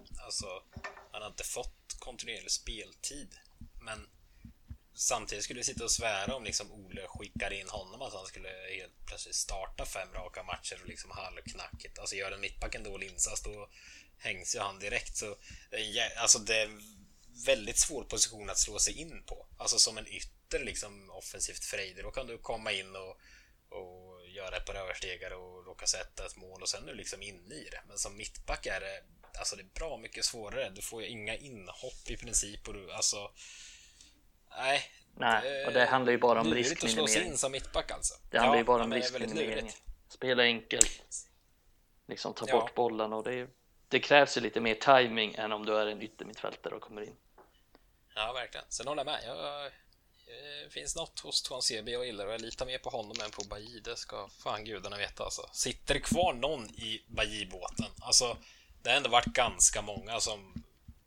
har inte fått kontinuerlig speltid. Men samtidigt skulle vi sitta och svära om liksom Ole skickar in honom, att han skulle helt plötsligt starta 5 raka matcher och liksom halvknackigt. Alltså gör en mittback en dålig insats, då hängs ju han direkt. Så det är en väldigt svår position att slå sig in på. Alltså som en ytter liksom offensivt frejder, då kan du komma in och göra ett par överstegare och råka sätta ett mål, och sen är du liksom inne i det. Men som mittback är det, alltså det är bra mycket svårare. Du får ju inga inhopp i princip, och Nej, och det handlar ju bara om riskminimering. Att slå sig riskminimering. in som mittback alltså. Det handlar ju bara om det är väldigt riskminimering. lurigt. Spela enkelt, liksom ta bort bollen, och det krävs ju lite mer timing än om du är en yttermittfältare och kommer in. Ja, verkligen. Sen håller jag med. Det finns något hos Tuansebe jag gillar, och jag litar mer på honom än på Bajy. Det ska fan gudarna veta alltså. Sitter det kvar någon i Bajy-båten? Alltså, det har ändå varit ganska många som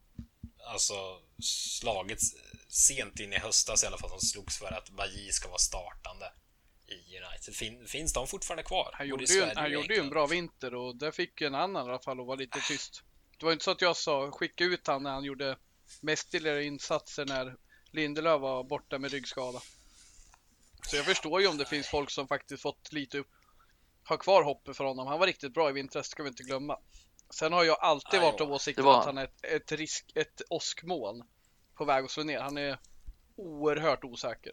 slagits sent in i höstas i alla fall, som slogs för att Bajy ska vara startande i United. Finns de fortfarande kvar? Han gjorde ju en bra vinter, och där fick ju en annan i alla fall att vara lite tyst. Det var inte så att jag sa skicka ut han när han gjorde mästerliga insatser när Lindelöf var borta med ryggskada. Så jag förstår ju om det finns folk som faktiskt fått lite ha kvar hoppet för honom. Han var riktigt bra i vintras, ska vi inte glömma. Sen har jag alltid varit av åsikten att han är ett åskmoln på väg att slå ner. Han är oerhört osäker.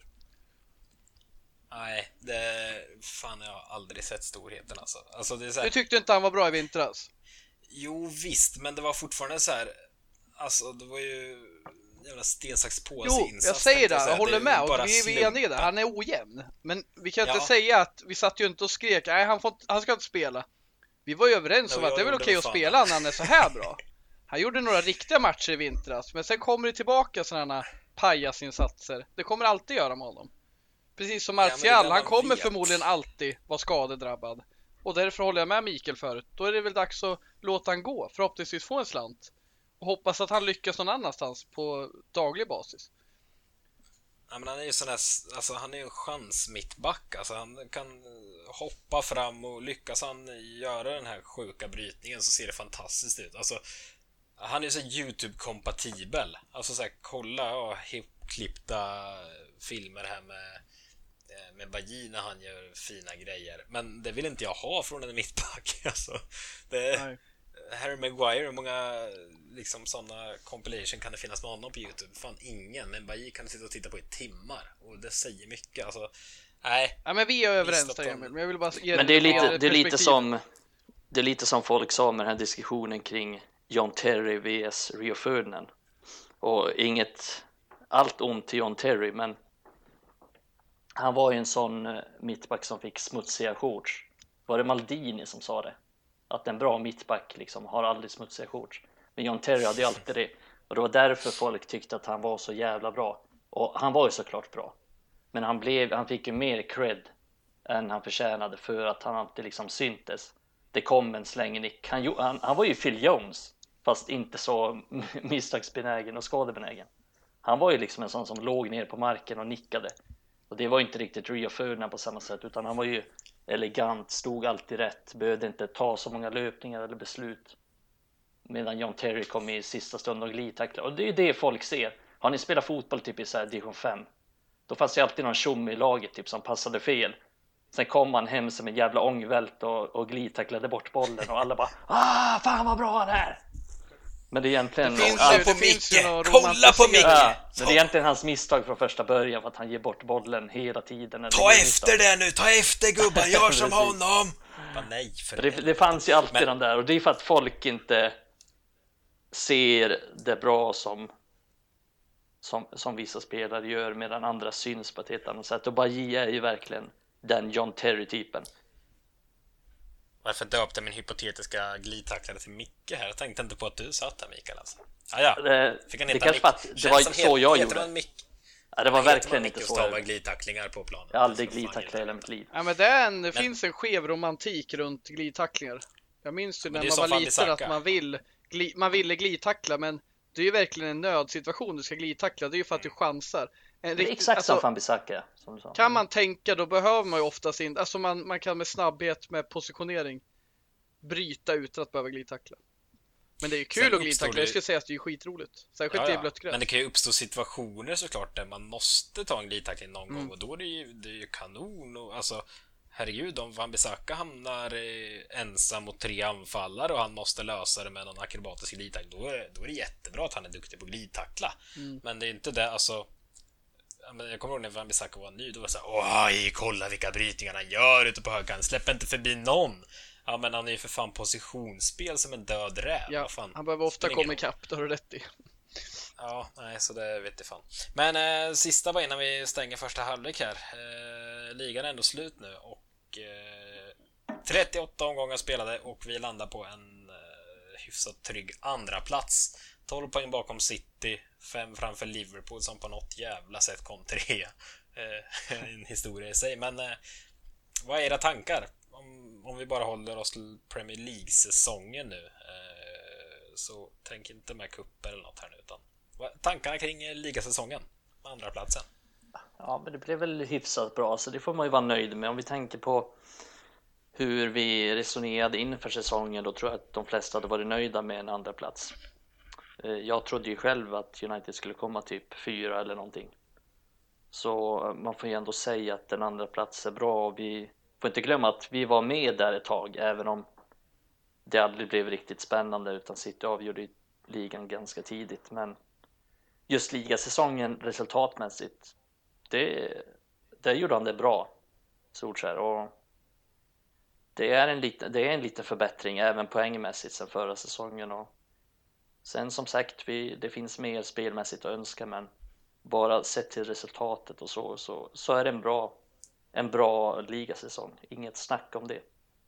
Nej, fan, jag har aldrig sett storheten alltså det är så här... Du tyckte inte han var bra i vintras? Jo visst, men det var fortfarande så här. Alltså det var ju jävla sten, sax, påse Jo, insats. jag säger det, tänkte jag säga. håller är med. bara Och vi är slumpen. eniga där. Han är ojämn. Men vi kan inte Ja. säga att vi satt ju inte och skrek, nej han ska inte spela. Vi var ju överens Jo, om att jag det är väl gjorde okej vad att fan. spela när han är så här bra. Han gjorde några riktiga matcher i vintras, men sen kommer det tillbaka sådana pajasinsatser. Det kommer alltid göra med honom. Precis som men det är Martial, det han man kommer vet. förmodligen alltid vara skadedrabbad. Och därför håller jag med Mikael förut. Då är det väl dags att låta han gå, förhoppningsvis få en slant. Och hoppas att han lyckas någon annanstans på daglig basis. Ja, men han är ju sån här, alltså han är ju en chans mittback. Alltså han kan hoppa fram och lyckas han göra den här sjuka brytningen så ser det fantastiskt ut. Alltså han är ju så YouTube-kompatibel. Alltså så här, kolla hipklippta filmer här med Bajy när han gör fina grejer. Men det vill inte jag ha från en mittback. Alltså, Nej. Harry Maguire, hur många liksom sådana compilation kan det finnas med honom på YouTube? Fan ingen, men Bajy kan sitta och titta på i timmar. Och det säger mycket, alltså. Nej. Ja, men vi är överens Visst där att de- Emil, men jag vill bara ge Men det är lite, perspektiv. det är lite som folk sa med den här diskussionen kring John Terry vs Rio Ferdinand. Och allt ont till John Terry, men han var ju en sån mittback som fick smutsiga shorts. Var det Maldini som sa det? Att en bra mittback liksom har aldrig smutsiga shorts. Men John Terry hade ju alltid det. Och det var därför folk tyckte att han var så jävla bra. Och han var ju såklart bra. Men han fick ju mer cred än han förtjänade för att han alltid liksom syntes. Det kom en slängnick. Han var ju Phil Jones, fast inte så misstagsbenägen och skadebenägen. Han var ju liksom en sån som låg ner på marken och nickade. Och det var inte riktigt Rio Ferdinand på samma sätt, utan han var ju elegant, stod alltid rätt, behövde inte ta så många löpningar eller beslut. Medan John Terry kom i sista stund och glidtacklar. Och det är ju det folk ser. Har ni spelat fotboll typ i så här division 5? Då fanns det alltid någon tjomme i laget typ som passade fel. Sen kom han hem som en jävla ångvält och glidtacklade bort bollen och alla bara fan vad bra han är! Men det är egentligen Kolla på Micke! Ja, men det är egentligen hans misstag från första början för att han ger bort bollen hela tiden. Ta efter det nu, ta efter gubbar, gör som honom! Nej, det fanns ju alltid den där, och det är för att folk inte ser det bra som vissa spelare gör, medan andra syns på ett helt annat sätt. Och Bajy är ju verkligen den John Terry-typen. Varför döpte min hypotetiska glidtacklare till Micke här? Jag tänkte inte på att du satt där, Mikael, alltså. Fick han det heta kanske Micke? för att det var så jag gjorde. Det var verkligen inte så. Jag glidtacklingar på planen. Jag har aldrig glidtacklat i hela mitt liv. Ja, men det finns en skev romantik runt glidtacklingar. Jag minns ju när man var liten att man ville glidtackla, men det är ju verkligen en nödsituation du ska glidtackla. Det är ju för att du chansar. Det är exakt som Wan-Bissaka, som du sa. Kan man tänka, då behöver man ju oftast inte, alltså man kan med snabbhet, med positionering bryta utan att behöva glidtackla. Men det är ju kul att glidtackla, jag ska säga att det är ju skitroligt. Särskilt i blött gräs. Men det kan ju uppstå situationer såklart där man måste ta en glidtackling någon gång, och då är det ju kanon. Och, alltså, herregud, om Wan-Bissaka hamnar ensam mot 3 anfallare och han måste lösa det med någon akrobatisk glidtackling, då är det jättebra att han är duktig på glidtackla. Men det är inte det, alltså. Jag kommer ihåg när Wan-Bissaka var ny, då var det såhär, kolla vilka brytningar han gör ute på högkanten, släpp inte förbi någon. Ja, men han är ju för fan positionsspel som en död räv. Ja, han behöver ofta komma ikapp, det har du rätt i. Ja, nej, så det vet jag fan. Men sista var innan vi stänger första halvlek här. Ligan är ändå slut nu och 38 omgångar spelade och vi landar på en hyfsat trygg andra plats. 12 poäng bakom City, 5 framför Liverpool som på något jävla sätt kom 3. En historia i sig. Men vad är era tankar? Om vi bara håller oss till Premier League-säsongen nu, så tänk inte med kupper eller något här nu, utan tankarna kring ligasäsongen, andra platsen. Ja, men det blev väl hyfsat bra, så det får man ju vara nöjd med. Om vi tänker på hur vi resonerade inför säsongen, då tror jag att de flesta hade varit nöjda med en andra plats. Jag trodde ju själv att United skulle komma typ 4 eller någonting. Så man får ju ändå säga att en andra plats är bra, och vi får inte glömma att vi var med där ett tag, även om det aldrig blev riktigt spännande, utan City avgjorde ligan ganska tidigt. Men just ligasäsongen resultatmässigt, det gjorde han det bra, Solskjær, och det är en liten förbättring även poängmässigt sen förra säsongen, och Sen som sagt, det finns mer spelmässigt att önska, men bara sett till resultatet och så är det en bra ligasäsong. Inget snack om det.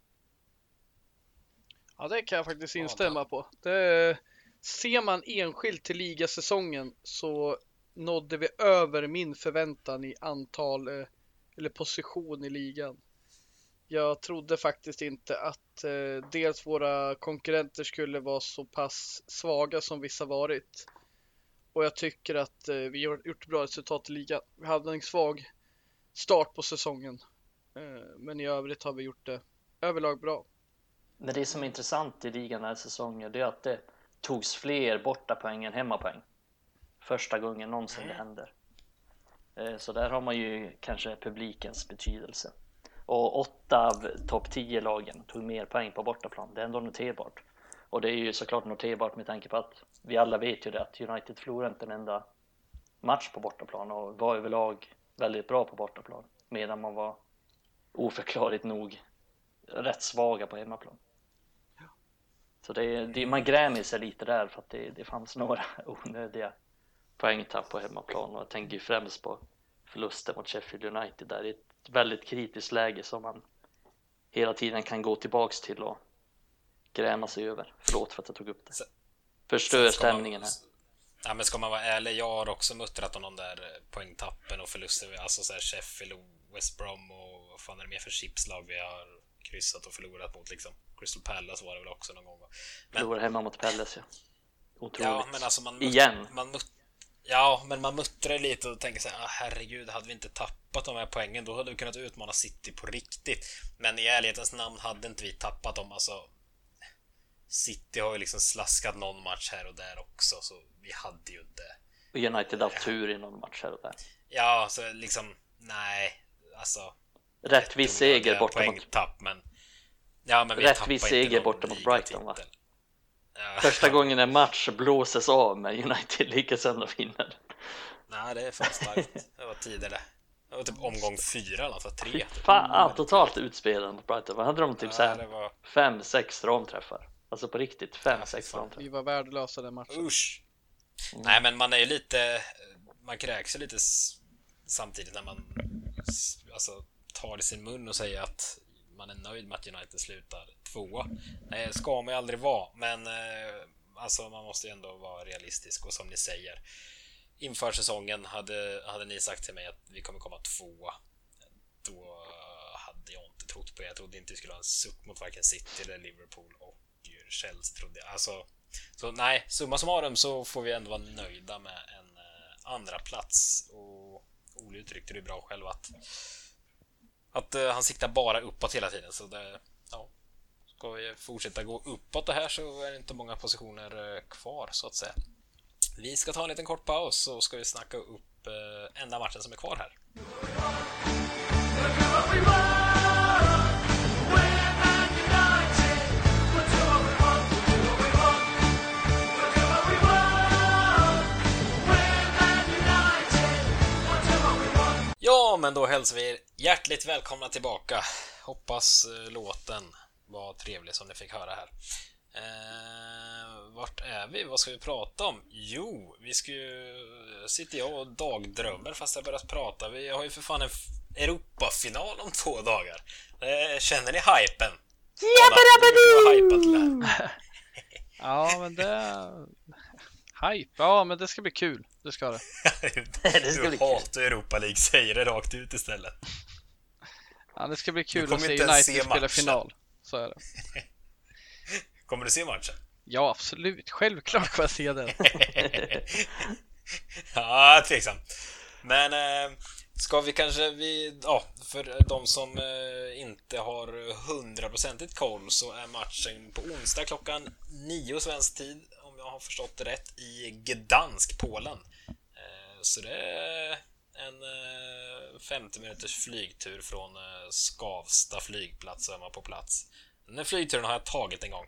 Ja, det kan jag faktiskt instämma på. Det, ser man enskilt till ligasäsongen så nådde vi över min förväntan i antal eller position i ligan. Jag trodde faktiskt inte att dels våra konkurrenter skulle vara så pass svaga som vissa varit. Och jag tycker att vi har gjort bra resultat i ligan. Vi hade en svag start på säsongen. Men i övrigt har vi gjort det överlag bra. Men det som är intressant i ligan den här säsongen, det är att det togs fler bortapoäng än hemmapoäng. Första gången någonsin det händer. Så där har man ju kanske publikens betydelse. Och 8 av topp 10 lagen tog mer poäng på bortaplan. Det är ändå noterbart. Och det är ju såklart noterbart med tanke på att vi alla vet ju det, att United förlorade inte en enda match på bortaplan och var överlag väldigt bra på bortaplan. Medan man var oförklarligt nog rätt svaga på hemmaplan. Så man grämer sig lite där för att det fanns några onödiga poängtapp på hemmaplan. Och jag tänker ju främst på förlusten mot Sheffield United där. Det är ett väldigt kritiskt läge som man hela tiden kan gå tillbaks till och gräma sig över. Förlåt för att jag tog upp det. Förstör stämningen här. Ja, men ska man vara ärlig, jag har också muttrat om de där poängtappen och förluster. Alltså så här Sheffield och West Brom och vad fan är det mer för chipslag vi har kryssat och förlorat mot liksom. Crystal Palace var det väl också någon gång. Förlorade hemma mot Palace, ja. Otroligt. Ja, men alltså man muttrar lite och tänker så här, herregud, hade vi inte tappat de här poängen, då hade vi kunnat utmana City på riktigt. Men i ärlighetens namn hade inte vi tappat dem. Alltså, City har ju liksom slaskat någon match här och där också, så vi hade ju inte. Och United har haft tur i någon match här och där. Ja, så liksom, nej, alltså rättvis seger borta mot men vi rättvis seger borta mot Brighton, va? Ja. Första gången en match blåses av med United lyckas ändå vinna. Nej, det är fan starkt. Det var tidigare. Det var typ omgång 4 eller så 3. Fan, totalt utspelade mot Brighton. Vad hade de typ så här 5-6 ramträffar? Alltså på riktigt 5-6 ramträffar. Vi var värdelösa den matchen. Usch. Nej, men man är ju lite, man kräks ju lite samtidigt när man alltså tar i sin mun och säger att man är nöjd med att United slutar 2. Det ska man ju aldrig vara, men alltså man måste ju ändå vara realistisk. Och som ni säger, inför säsongen hade ni sagt till mig att vi kommer komma 2, då hade jag inte trott på det. Jag trodde inte vi skulle ha en suck mot varken City eller Liverpool och Chelsea, trodde jag. Alltså, så nej, summa summarum så får vi ändå vara nöjda med en andra plats. Och Ole uttryckte det bra själv att han siktar bara uppåt hela tiden. Så det, ja, ska vi fortsätta gå uppåt det här så är det inte många positioner kvar så att säga. Vi ska ta en liten kort paus så ska vi snacka upp enda matchen som är kvar här. Ja, men då hälsar vi er hjärtligt välkomna tillbaka. Hoppas låten var trevlig som ni fick höra här. Vart är vi? Vad ska vi prata om? Jo, sitter jag och dagdrömmer fast jag börjat prata. Vi har ju för fan en Europafinal om 2 dagar. Känner ni hypen? Ja, men det... Hype, ja men det ska bli kul. Det ska det. Du hatar Europa League, säger det rakt ut istället. Ja, det ska bli kul att se United spela final. Så är det. Kommer du se matchen? Ja, absolut. Självklart kommer jag se den. Ja, tveksam. Men ska vi kanske för de som inte har 100% koll så är matchen på onsdag klockan 9 svensk tid, om jag har förstått det rätt, i Gdansk, Polen. Så det är en 50 minuters flygtur från Skavsta flygplats, så är man på plats. Den flygturen har jag tagit en gång.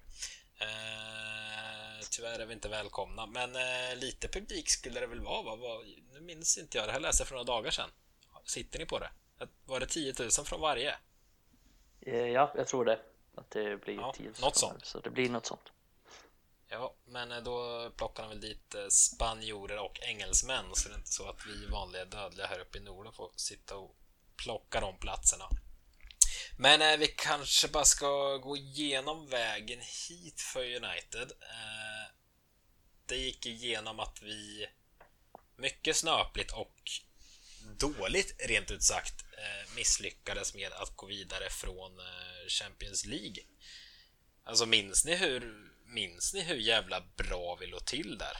Tyvärr är vi inte välkomna, men lite publik skulle det väl vara. Nu minns inte jag, det här läste för några dagar sedan. Sitter ni på det? Var det 10 000 från varje? Ja, jag tror det. Att det blir 10 000 något sånt. Så det blir något sånt. Ja, men då plockar han väl dit spanjorer och engelsmän, så det är inte så att vi vanliga dödliga här uppe i Norden får sitta och plocka de platserna. Men vi kanske bara ska gå igenom vägen hit för United. Det gick igenom att vi mycket snöpligt och dåligt rent ut sagt misslyckades med att gå vidare från Champions League. Alltså minns ni hur jävla bra vi låg till där?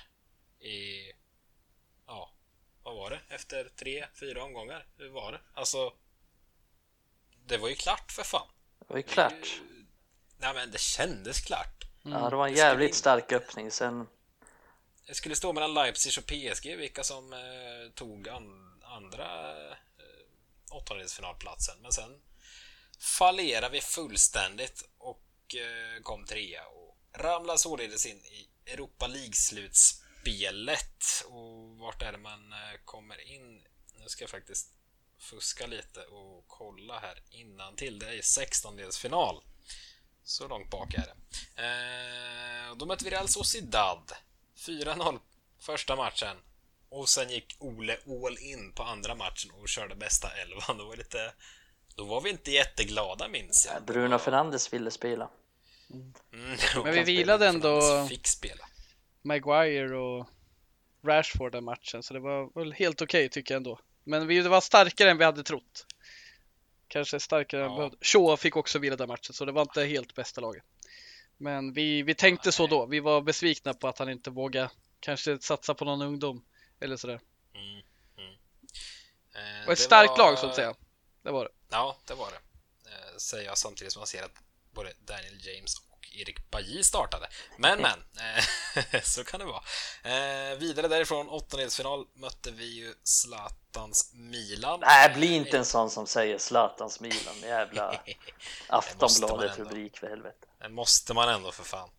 Ja, vad var det? Efter 3-4 omgångar? Hur var det? Alltså, det var ju klart för fan. Det var ju klart. Nej, men det kändes klart. Ja, det var en jävligt stark öppning. Sen Det skulle stå mellan Leipzig och PSG vilka som tog andra åttondelsfinalplatsen. Men sen fallerade vi fullständigt och kom trea och ramlade således in i Europa League-slutspelet. Och vart är det man kommer in? Nu ska jag faktiskt fuska lite och kolla här innantill. Det är 16-delsfinal. Så långt bak är det. Då mötte vi Real Sociedad 4-0 första matchen. Och sen gick Ole all in på andra matchen och körde bästa 11. Då var vi inte jätteglada, minns jag. Bruno Fernandes ville spela. Men vi vilade ändå fick spela. Maguire och Rashford den matchen, så det var väl helt okej tycker jag ändå. Men det var starkare än vi hade trott. Kanske starkare än behövde. Shaw fick också vila den matchen, så det var inte helt bästa laget. Men vi tänkte så då. Vi var besvikna på att han inte vågade kanske satsa på någon ungdom eller sådär. Och ett starkt lag så att säga. Det var det. Ja, det var det. Säger jag samtidigt som man ser att både Daniel James och Erik Bailly startade. Men, så kan det vara. Vidare därifrån, åttondelsfinal mötte vi ju Zlatans Milan. Nej, bli inte en sån som säger Zlatans Milan. Jävla Aftonbladet-rubrik för helvete. Det måste man ändå för fan.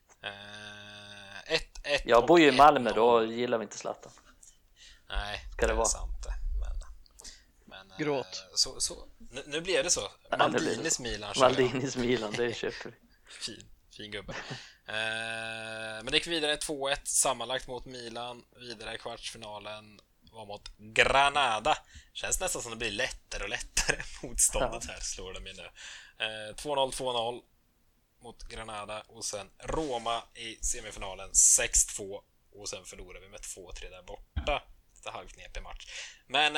1-1. Jag bor ju i Malmö, då gillar vi inte Zlatan. Nej, ska det vara sant det. Men gråt. Nu blev det så. Maldinis Milan. Maldinis Milan, det köper vi. Fin gubbe. Men det gick vidare 2-1 sammanlagt mot Milan. Vidare i kvartsfinalen var mot Granada. Känns nästan som det blir lättare och lättare motståndet här, slår de nu. 2-0 mot Granada och sen Roma i semifinalen 6-2 och sen förlorade vi med 2-3 där borta. Lite halvknepig match. Men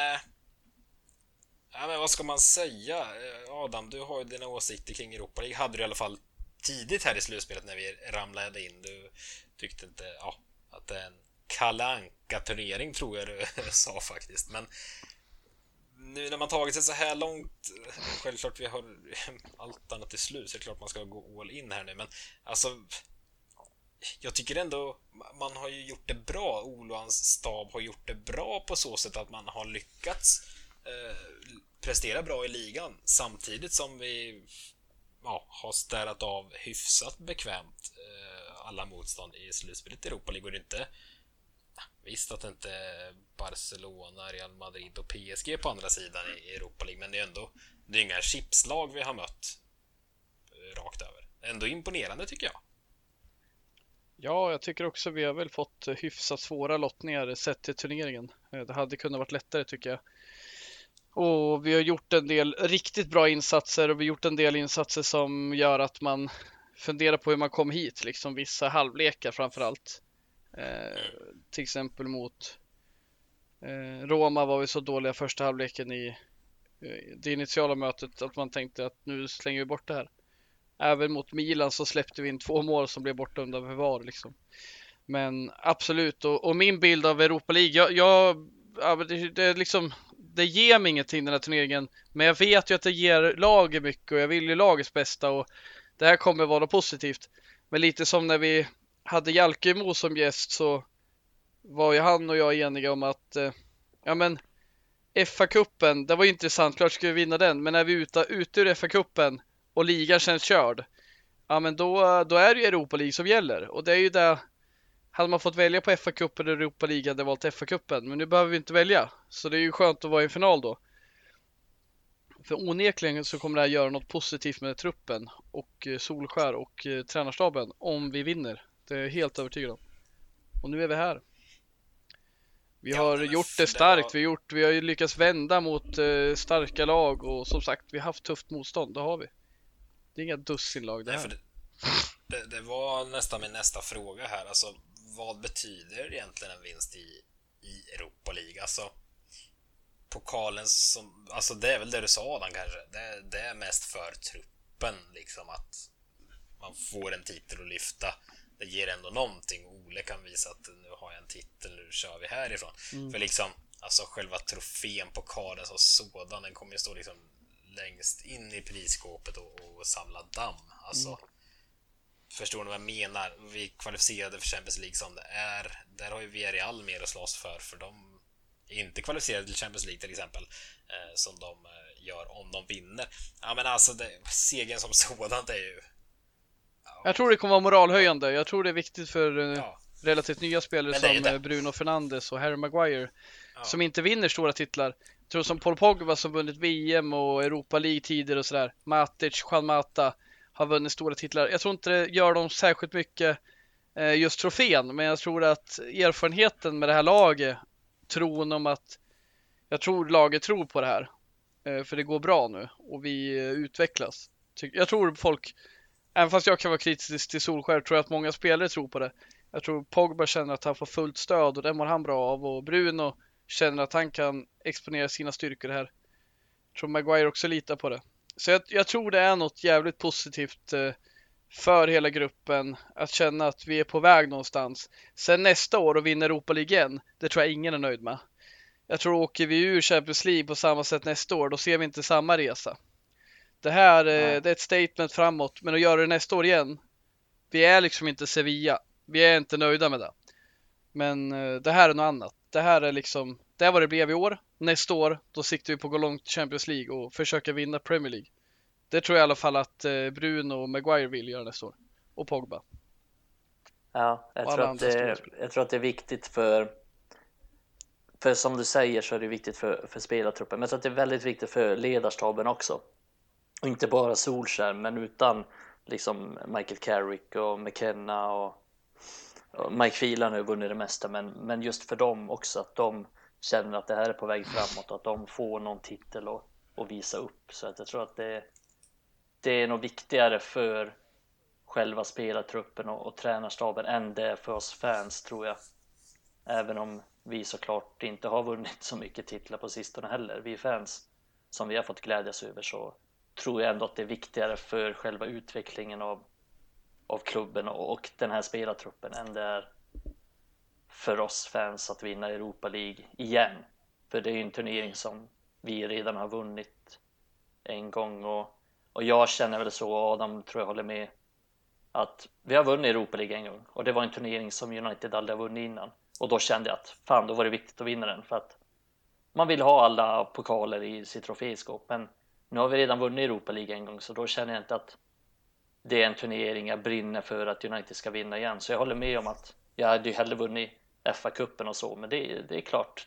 vad ska man säga? Adam, du har ju dina åsikter kring Europa League. Hade du i alla fall tidigt här i slutspelet när vi ramlade in. Du tyckte inte att det är en Kalle Anka-turnering, tror jag du sa faktiskt. Men nu när man tagit sig så här långt, självklart vi har allt annat till slut, så är det klart man ska gå all in här nu. Men alltså, jag tycker ändå man har ju gjort det bra. Olo och hans stab har gjort det bra på så sätt att man har lyckats prestera bra i ligan samtidigt som vi har städat av hyfsat bekvämt alla motstånd i slutspelet i Europa League. Och det inte visst att det inte är Barcelona, Real Madrid och PSG på andra sidan i Europa League, men det är inga chipslag vi har mött rakt över. Ändå imponerande tycker jag. Ja, jag tycker också vi har väl fått hyfsat svåra lottningar sett till turneringen. Det hade kunnat varit lättare tycker jag. Och vi har gjort en del riktigt bra insatser och vi har gjort en del insatser som gör att man funderar på hur man kom hit. Liksom vissa halvlekar framförallt. Till exempel mot Roma var vi så dåliga första halvleken i det initiala mötet att man tänkte att nu slänger vi bort det här. Även mot Milan så släppte vi in 2 mål som blev borta under förvar liksom. Men absolut, och min bild av Europa League, det är liksom, det ger mig ingenting den här turneringen, men jag vet ju att det ger laget mycket och jag vill ju lagets bästa och det här kommer vara positivt. Men lite som när vi hade Jalkemo som gäst så var ju han och jag eniga om att FA-cupen, det var intressant, klart skulle vi vinna den, men när vi är ute ur FA-cupen och ligan känns körd, men då är det ju Europa League som gäller. Och det är ju det, hade man fått välja på FA-cupen eller Europa League hade valt FA-cupen, men nu behöver vi inte välja. Så det är ju skönt att vara i en final då. För onekligen så kommer det här göra något positivt med truppen och Solskär och tränarstaben om vi vinner. Det är jag helt övertygad om. Och nu är vi här. Vi Ja, har men gjort det det starkt. var- Vi har ju lyckats vända mot starka lag. Och som sagt, vi har haft tufft motstånd. Det har vi. Det är inga dussinlag det Nej, för här. det var nästan min nästa fråga här. Alltså, vad betyder egentligen en vinst i Europa League? Alltså, pokalen som... Alltså, det är väl det du sa, Adam, kanske. Det är mest för truppen, liksom, att man får en titel att lyfta. Det ger ändå någonting. Ole kan visa att nu har jag en titel, nu kör vi härifrån. För liksom, alltså själva trofén, pokalen som sådan, den kommer ju stå liksom längst in i prisskåpet och samla damm. Alltså, förstår ni vad jag menar? Vi kvalificerade för Champions League som det är. Där har ju Villarreal mer att slåss för de är inte kvalificerade till Champions League till exempel, som de gör om de vinner. Ja, men alltså, segern som sådant är ju... Jag tror det kommer vara moralhöjande. Jag tror det är viktigt för Ja. relativt nya spelare Men det är som det. Bruno Fernandes och Harry Maguire. Ja. Som inte vinner stora titlar. Jag tror som Paul Pogba som vunnit VM och Europa League tidigare och sådär. Matic, Juan Mata har vunnit stora titlar. Jag tror inte det gör dem särskilt mycket just trofén. Men jag tror att erfarenheten med det här laget, tron om att jag tror laget tror på det här. För det går bra nu och vi utvecklas. Jag tror folk, även fast jag kan vara kritisk till Solskär, tror jag att många spelare tror på det. Jag tror Pogba känner att han får fullt stöd och det mår han bra av. Och Bruno känner att han kan exponera sina styrkor här. Jag tror Maguire också litar på det. Så jag tror det är något jävligt positivt för hela gruppen att känna att vi är på väg någonstans. Sen nästa år och vinner Europa League igen, det tror jag ingen är nöjd med. Jag tror åker vi ur Champions League på samma sätt nästa år, då ser vi inte samma resa. Det här det är ett statement framåt, men att göra det nästa år igen, vi är liksom inte Sevilla. Vi är inte nöjda med det. Men det här är något annat. Det här är liksom, det är vad det blev i år. Nästa år, då siktar vi på att gå långt i Champions League och försöka vinna Premier League. Det tror jag i alla fall att Bruno och Maguire vill göra nästa år. Och Pogba. Ja, jag tror att det är viktigt för som du säger så är det viktigt för spelartruppen. Men jag tror att det är väldigt viktigt för ledarstaben också. Och inte bara Solskär, men utan liksom Michael Carrick och McKenna och Mike Phelan har ju vunnit det mesta. Men just för dem också, att de känner att det här är på väg framåt och att de får någon titel och visa upp. Så att jag tror att det är nog viktigare för själva spelartruppen och tränarstaben än det är för oss fans, tror jag. Även om vi såklart inte har vunnit så mycket titlar på sistone heller. Vi fans som vi har fått glädjas över, så tror jag ändå att det är viktigare för själva utvecklingen av klubben och den här spelartruppen än det är för oss fans att vinna Europa League igen. För det är ju en turnering som vi redan har vunnit en gång och jag känner väl så, och Adam tror jag håller med, att vi har vunnit Europa League en gång och det var en turnering som United aldrig har vunnit innan. Och då kände jag att fan, då var det viktigt att vinna den, för att man vill ha alla pokaler i sitt troféskåp. Men nu har vi redan vunnit Europa League en gång, så då känner jag inte att det är en turnering jag brinner för att United ska vinna igen. Så jag håller med om att jag hade ju hellre vunnit FA-cupen och så. Men det är klart,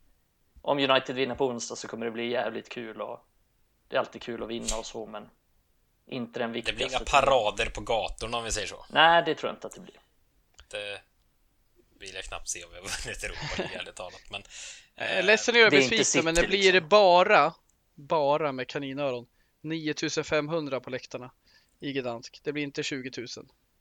om United vinner på onsdag så kommer det bli jävligt kul. Och det är alltid kul att vinna och så, men inte den viktigaste. Det blir inga parader på gatorna om vi säger så. Nej, det tror jag inte att det blir. Det vill jag knappt se om vi har vunnit Europa League, ärligt talat. Men ledsen att göra det är inte besviken, City, men det blir liksom. bara med kaninöron 9500 på läktarna i Gdansk. Det blir inte 20 000.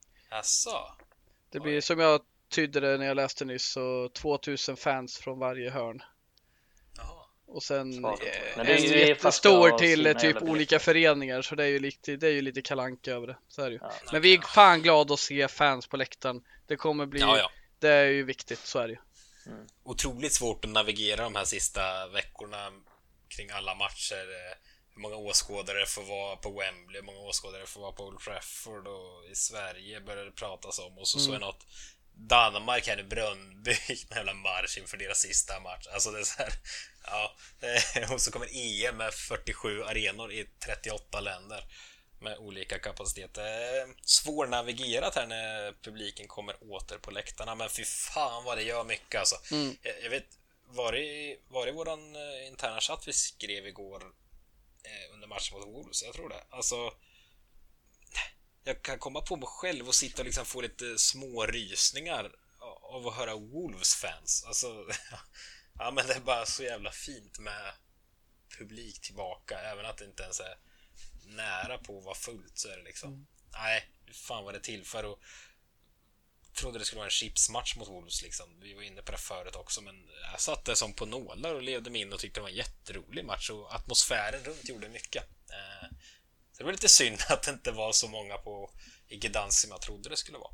Asså? Det blir, som jag tydde det när jag läste nyss, så 2000 fans från varje hörn. Jaha. Och sen Men en det är ju jättestor fast till sina typ jävla olika biljetter. föreningar, så det är ju lite kalanka över det. Så är det ju. Ja. Men vi är fan glada att se fans på läktaren. Det kommer bli, Ja. det är ju viktigt, så är det ju. Otroligt svårt att navigera de här sista veckorna kring alla matcher. Hur många åskådare får vara på Wembley, hur många åskådare får vara på Old Trafford, och i Sverige börjar det pratas om. Och så är något Danmark här i Bröndby, en jävla marsch inför deras sista match. Alltså det är så här, ja. Och så kommer EM med 47 arenor i 38 länder med olika kapacitet. Svårnavigerat här när publiken kommer åter på läktarna, men fy fan vad det gör mycket alltså. Jag vet, var det våran interna chatt vi skrev igår under matchen mot Wolves? Jag tror det. Alltså, jag kan komma på mig själv och sitta och liksom få lite små rysningar av att höra Wolves-fans. Alltså, ja, men det är bara så jävla fint med publik tillbaka, även att det inte ens är nära på att vara fullt, så är det liksom. Nej, fan vad det tillför. Och trodde det skulle vara en chipsmatch mot Wolves liksom. Vi var inne på det förut också, men jag satt där som på nålar och levde mig in och tyckte det var en jätterolig match, och atmosfären runt gjorde mycket. Så det var lite synd att det inte var så många i Gdansk som jag trodde det skulle vara.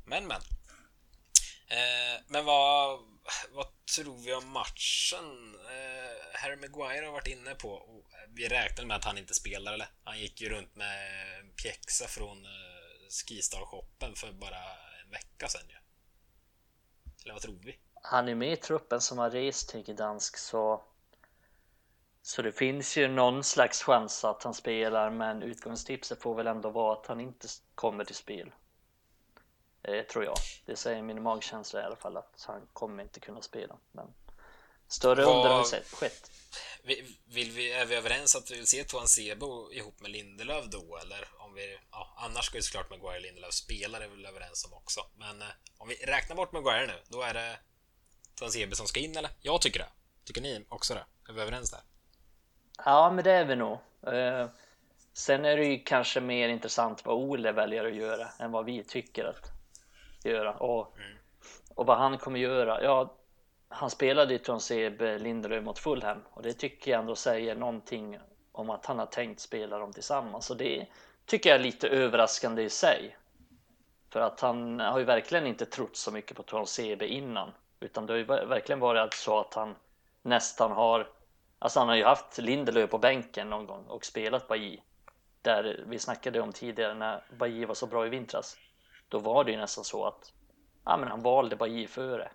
Men vad tror vi om matchen? Harry Maguire har varit inne på, och vi räknade med att han inte spelar, eller? Han gick ju runt med pjäxa från Skistar-shoppen för bara en vecka sedan ju. Eller vad tror vi? Han är med i truppen som har rest till Gdansk, så det finns ju någon slags chans att han spelar, men utgångstipset får väl ändå vara att han inte kommer till spel. Tror jag. Det säger min magkänsla i alla fall, att han kommer inte kunna spela. Men större under har skett. Är vi överens att vi vill se Tuanzebe ihop med Lindelöf då, eller om vi, annars ska ju såklart Maguire och Lindelöf spela, det är väl överens om också. Men om vi räknar bort Maguire nu, då är det Tuanzebe som ska in, eller? Jag tycker det. Tycker ni också det? Är vi överens där? Ja, men det är vi nog. Sen är det ju kanske mer intressant vad Ole väljer att göra än vad vi tycker att göra. Och vad han kommer göra. Ja, han spelade i Tuanzebe Lindelöf mot Fulham, och det tycker jag ändå säger någonting om att han har tänkt spela dem tillsammans. Och det tycker jag är lite överraskande i sig. För att han har ju verkligen inte trott så mycket på Tuanzebe innan. Utan det har ju verkligen varit så att han nästan har... Alltså han har ju haft Lindelöf på bänken någon gång och spelat Bailly. Där vi snackade om tidigare när Bailly var så bra i vintras. Då var det ju nästan så att men han valde Bailly före.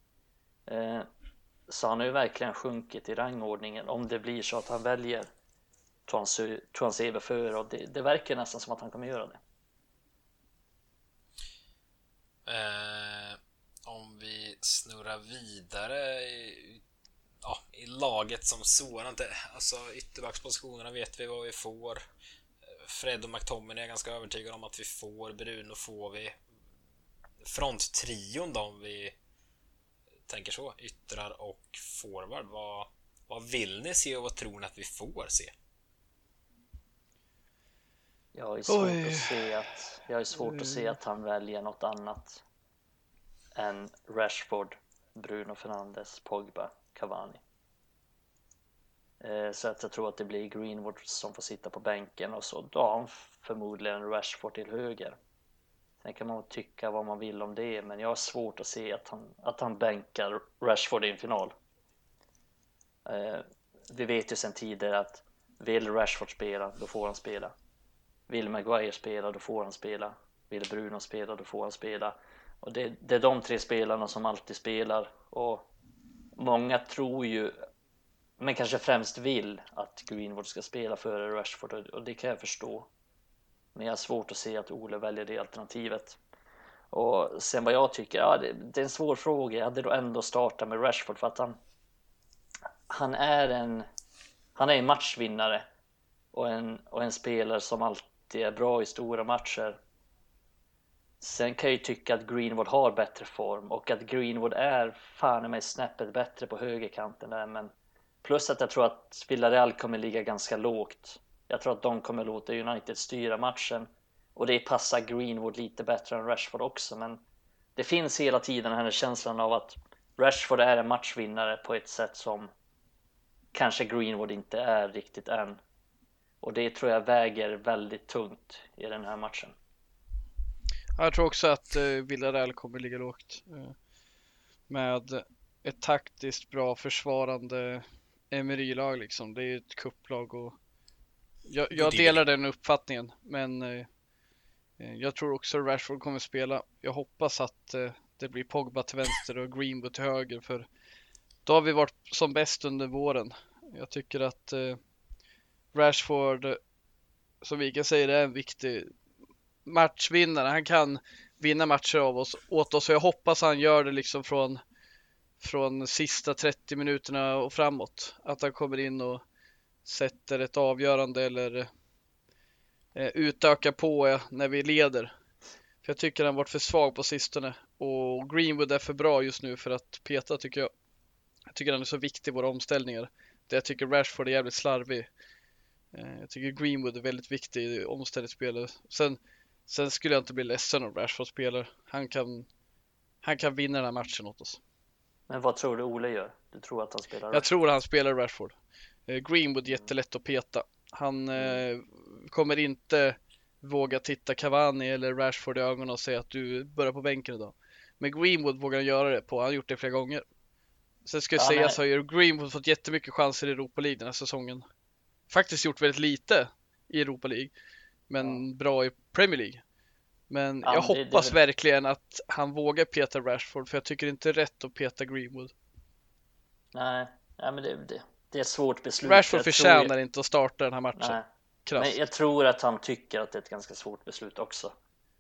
Så han har ju verkligen sjunkit i rangordningen om det blir så att han väljer Tuanzebe före, och det verkar nästan som att han kommer göra det. Om vi snurrar vidare i laget som sådant, alltså ytterbackspositionerna vet vi vad vi får. Fred och McTominay är ganska övertygad om att vi får. Bruno får vi. Fronttrion då, om vi tänker så, yttrar och forward, vad vill ni se och vad tror ni att vi får se? Jag är svårt att se att han väljer något annat än Rashford, Bruno Fernandes, Pogba, Cavani. Så att jag tror att det blir Greenwood som får sitta på bänken, och så då har han förmodligen Rashford till höger. Sen kan man tycka vad man vill om det, men jag har svårt att se att han bänkar Rashford i en final. Vi vet ju sedan tidigare att vill Rashford spela, då får han spela. Vill Maguire spela, då får han spela. Vill Bruno spela, då får han spela. Och det är de tre spelarna som alltid spelar. Och många tror ju, men kanske främst vill, att Greenwood ska spela före Rashford, och det kan jag förstå. Men jag har svårt att se att Ole väljer det alternativet. Och sen vad jag tycker, det är en svår fråga. Jag hade då ändå startat med Rashford, för att han är en matchvinnare och en spelare som alltid är bra i stora matcher. Sen kan jag ju tycka att Greenwood har bättre form, och att Greenwood är fan med snäppet bättre på högerkanten där, men plus att jag tror att Villarreal kommer ligga ganska lågt. Jag tror att de kommer låta United styra matchen, och det passar Greenwood lite bättre än Rashford också, men det finns hela tiden den här känslan av att Rashford är en matchvinnare på ett sätt som kanske Greenwood inte är riktigt än, och det tror jag väger väldigt tungt i den här matchen. Jag tror också att Villarreal kommer ligga lågt med ett taktiskt bra försvarande Emery-lag liksom. Det är ju ett kupplag, och jag delar den uppfattningen, men jag tror också Rashford kommer spela. Jag hoppas att det blir Pogba till vänster och Greenwood till höger, för då har vi varit som bäst under våren. Jag tycker att Rashford, som vi kan säga, är en viktig matchvinnare. Han kan vinna matcher åt oss, och jag hoppas han gör det liksom från sista 30 minuterna och framåt. Att han kommer in och sätter ett avgörande, eller utöka på när vi leder. För jag tycker han varit för svag på sistone. Och Greenwood är för bra just nu för att peta, tycker jag. Jag tycker han är så viktig i våra omställningar. Det jag tycker Rashford är jävligt slarvig. Jag tycker Greenwood är väldigt viktig i omställningsspelet. Sen skulle jag inte bli ledsen om Rashford spelar. Han kan vinna den här matchen åt oss. Men vad tror du Ole gör? Du tror att han spelar? Jag tror han spelar Rashford. Greenwood jättelätt att peta. Han kommer inte våga titta Cavani eller Rashford i ögonen och säga att du börjar på bänken idag. Men Greenwood vågar han göra det på. Han har gjort det flera gånger. Sen ska jag säga så har Greenwood fått jättemycket chanser i Europa League den här säsongen. Faktiskt gjort väldigt lite i Europa League. Men bra i Premier League. Men jag hoppas verkligen att han vågar peta Rashford. För jag tycker inte det är rätt att peta Greenwood. Nej men det är ett svårt beslut. Rashford förtjänar inte att starta den här matchen. Men jag tror att han tycker att det är ett ganska svårt beslut också.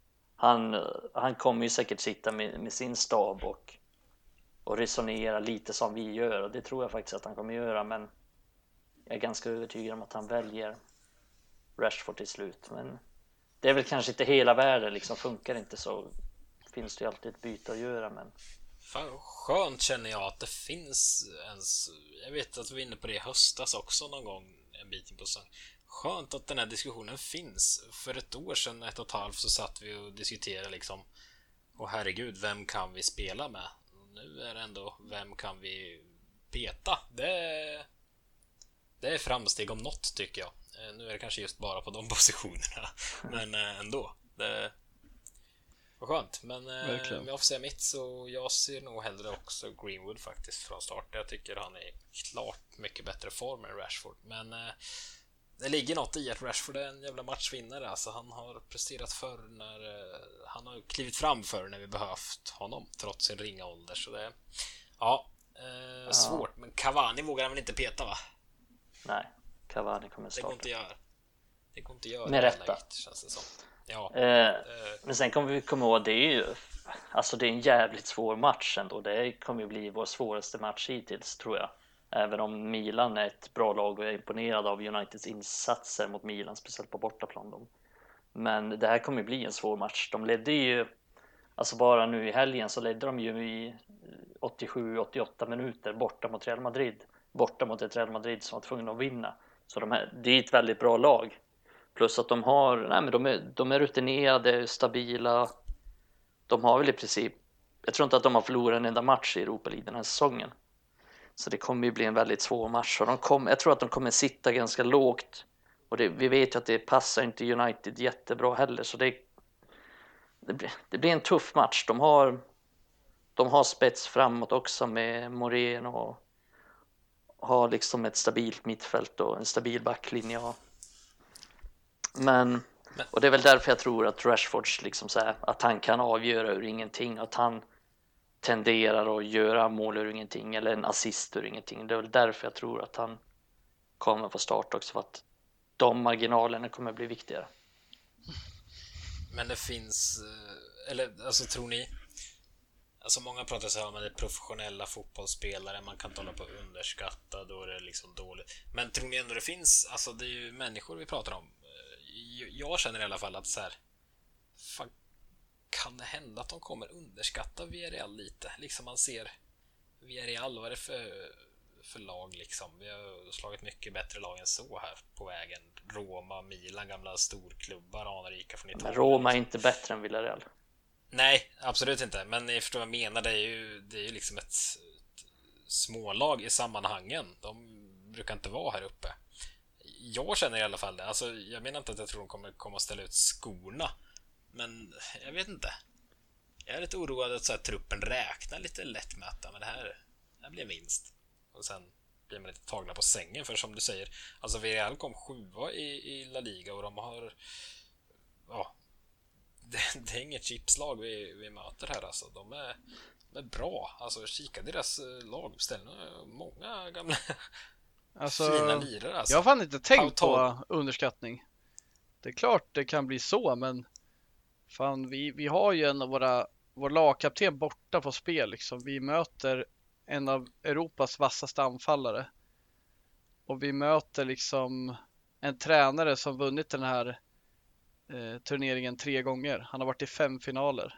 Han kommer ju säkert sitta med sin stab och resonera lite som vi gör. Och det tror jag faktiskt att han kommer göra. Men jag är ganska övertygad om att han väljer Rashford till slut. Men det är väl kanske inte hela världen, liksom funkar inte så finns det ju alltid ett byte att göra. Men fan, skönt känner jag att det finns ens. Jag vet att vi var inne på det i höstas också någon gång en bit in på säsong. Skönt att den här diskussionen finns. För ett år sedan, 1,5 så satt vi och diskuterade liksom, och herregud, vem kan vi spela med? Och nu är det ändå, vem kan vi peta? Det är framsteg om något, tycker jag. Nu är det kanske just bara på de positionerna, men ändå. Det var skönt. Men om jag får säga mitt, så jag ser nog hellre också Greenwood faktiskt från start. Jag tycker han är klart mycket bättre form än Rashford. Men det ligger något i att Rashford är en jävla matchvinnare. Alltså, han har presterat förr när han har klivit fram för när vi behövt honom, trots sin ringa ålder. Så det svårt. Men Cavani vågar han väl inte peta, va? Nej, Cavani kommer starta. Det går inte att göra med rätta, känns det som. Ja. Men sen kommer vi komma ihåg, det är ju alltså det är en jävligt svår match ändå. Det kommer ju bli vår svåraste match hittills, tror jag. Även om Milan är ett bra lag och är imponerad av Uniteds insatser mot Milan, speciellt på bortaplan. Men det här kommer ju bli en svår match. De ledde ju, alltså bara nu i helgen så ledde de ju i 87-88 minuter borta mot Real Madrid. Borta mot ett Real Madrid som var tvungna att vinna. Så det är ett väldigt bra lag. Plus att de är rutinerade, stabila. De har väl i princip, jag tror inte att de har förlorat en enda match i Europa League den här säsongen. Så det kommer ju bli en väldigt svår match. Och jag tror att de kommer sitta ganska lågt. Och vi vet ju att det passar inte United jättebra heller. Så det blir en tuff match. De har spets framåt också med Moreno och har liksom ett stabilt mittfält och en stabil backlinje. Och det är väl därför jag tror att Rashfords liksom så här, att han kan avgöra ur ingenting, att han tenderar att göra mål ur ingenting eller en assist ur ingenting. Det är väl därför jag tror att han kommer få start också, för att de marginalerna kommer bli viktigare. Men det finns, eller alltså tror ni, alltså många pratar så här om att det är professionella fotbollsspelare, man kan inte hålla på att underskatta, då är det liksom dåligt. Men tror ni ändå det finns, alltså det är ju människor vi pratar om. Jag känner i alla fall att så här, fan, kan det hända att de kommer underskatta Villarreal lite? Liksom man ser Villarreal, vad är det för lag liksom? Vi har slagit mycket bättre lag än så här på vägen. Roma, Milan, gamla storklubbar, anrika från Italien. Men Roma är inte bättre än Villarreal. Nej, absolut inte. Men jag förstår vad jag menar. Det är ju liksom ett smålag i sammanhangen. De brukar inte vara här uppe. Jag känner i alla fall det. Alltså, jag menar inte att jag tror de kommer komma att ställa ut skorna. Men jag vet inte. Jag är lite oroad att så här, truppen räknar lite lättmätta. Men det här blir vinst. Och sen blir man lite tagna på sängen. För som du säger, alltså Villarreal kom 7 i La Liga och de har... Ja, det är inget chipslag vi möter här alltså. De är bra. Alltså kika deras laguppställning. Många gamla fina lirare alltså. Jag har fan inte tänkt på underskattning. Det är klart det kan bli så, men fan, vi har ju en av vår lagkapten borta på spel liksom. Vi möter en av Europas vassaste anfallare. Och vi möter liksom en tränare som vunnit den här turneringen 3 gånger. Han har varit i 5 finaler.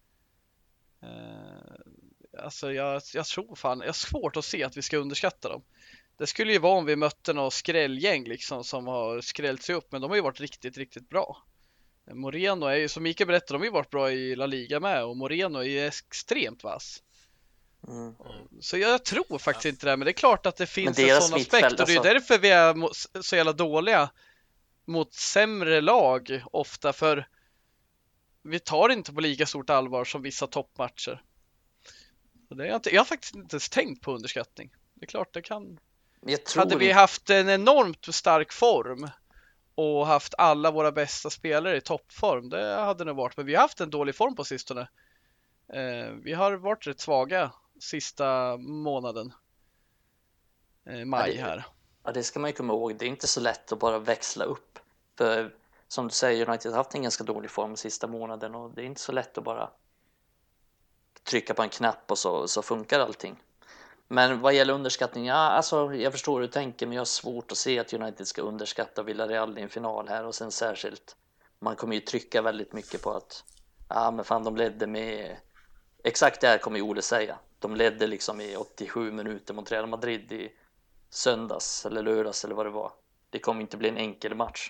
Alltså jag tror fan, jag har svårt att se att vi ska underskatta dem. Det skulle ju vara om vi mötte något skrällgäng liksom som har skrällt sig upp, men de har ju varit riktigt, riktigt bra. Moreno är ju, som Mikael berättade, de har ju varit bra i La Liga med, och Moreno är ju extremt vass. Så jag tror faktiskt inte det, men det är klart att det finns en sån aspekt, och det är därför vi är så jävla dåliga mot sämre lag ofta, för vi tar inte på lika stort allvar som vissa toppmatcher. Så det jag har faktiskt inte ens tänkt på underskattning. Det är klart det kan. Hade vi haft en enormt stark form och haft alla våra bästa spelare i toppform, det hade det varit. Men vi har haft en dålig form på sistone. Vi har varit rätt svaga sista månaden. Maj här. Ja, det ska man ju komma ihåg. Det är inte så lätt att bara växla upp. För som du säger, United har haft en ganska dålig form sista månaden, och det är inte så lätt att bara trycka på en knapp och så funkar allting. Men vad gäller underskattning, ja, alltså jag förstår hur du tänker, men jag har svårt att se att United ska underskatta Villarreal i en final här, och sen särskilt, man kommer ju trycka väldigt mycket på att men fan, de ledde med, exakt det här kommer ju Ole säga, de ledde liksom i 87 minuter mot Real Madrid i söndags eller lördags eller vad det var. Det kommer inte bli en enkel match.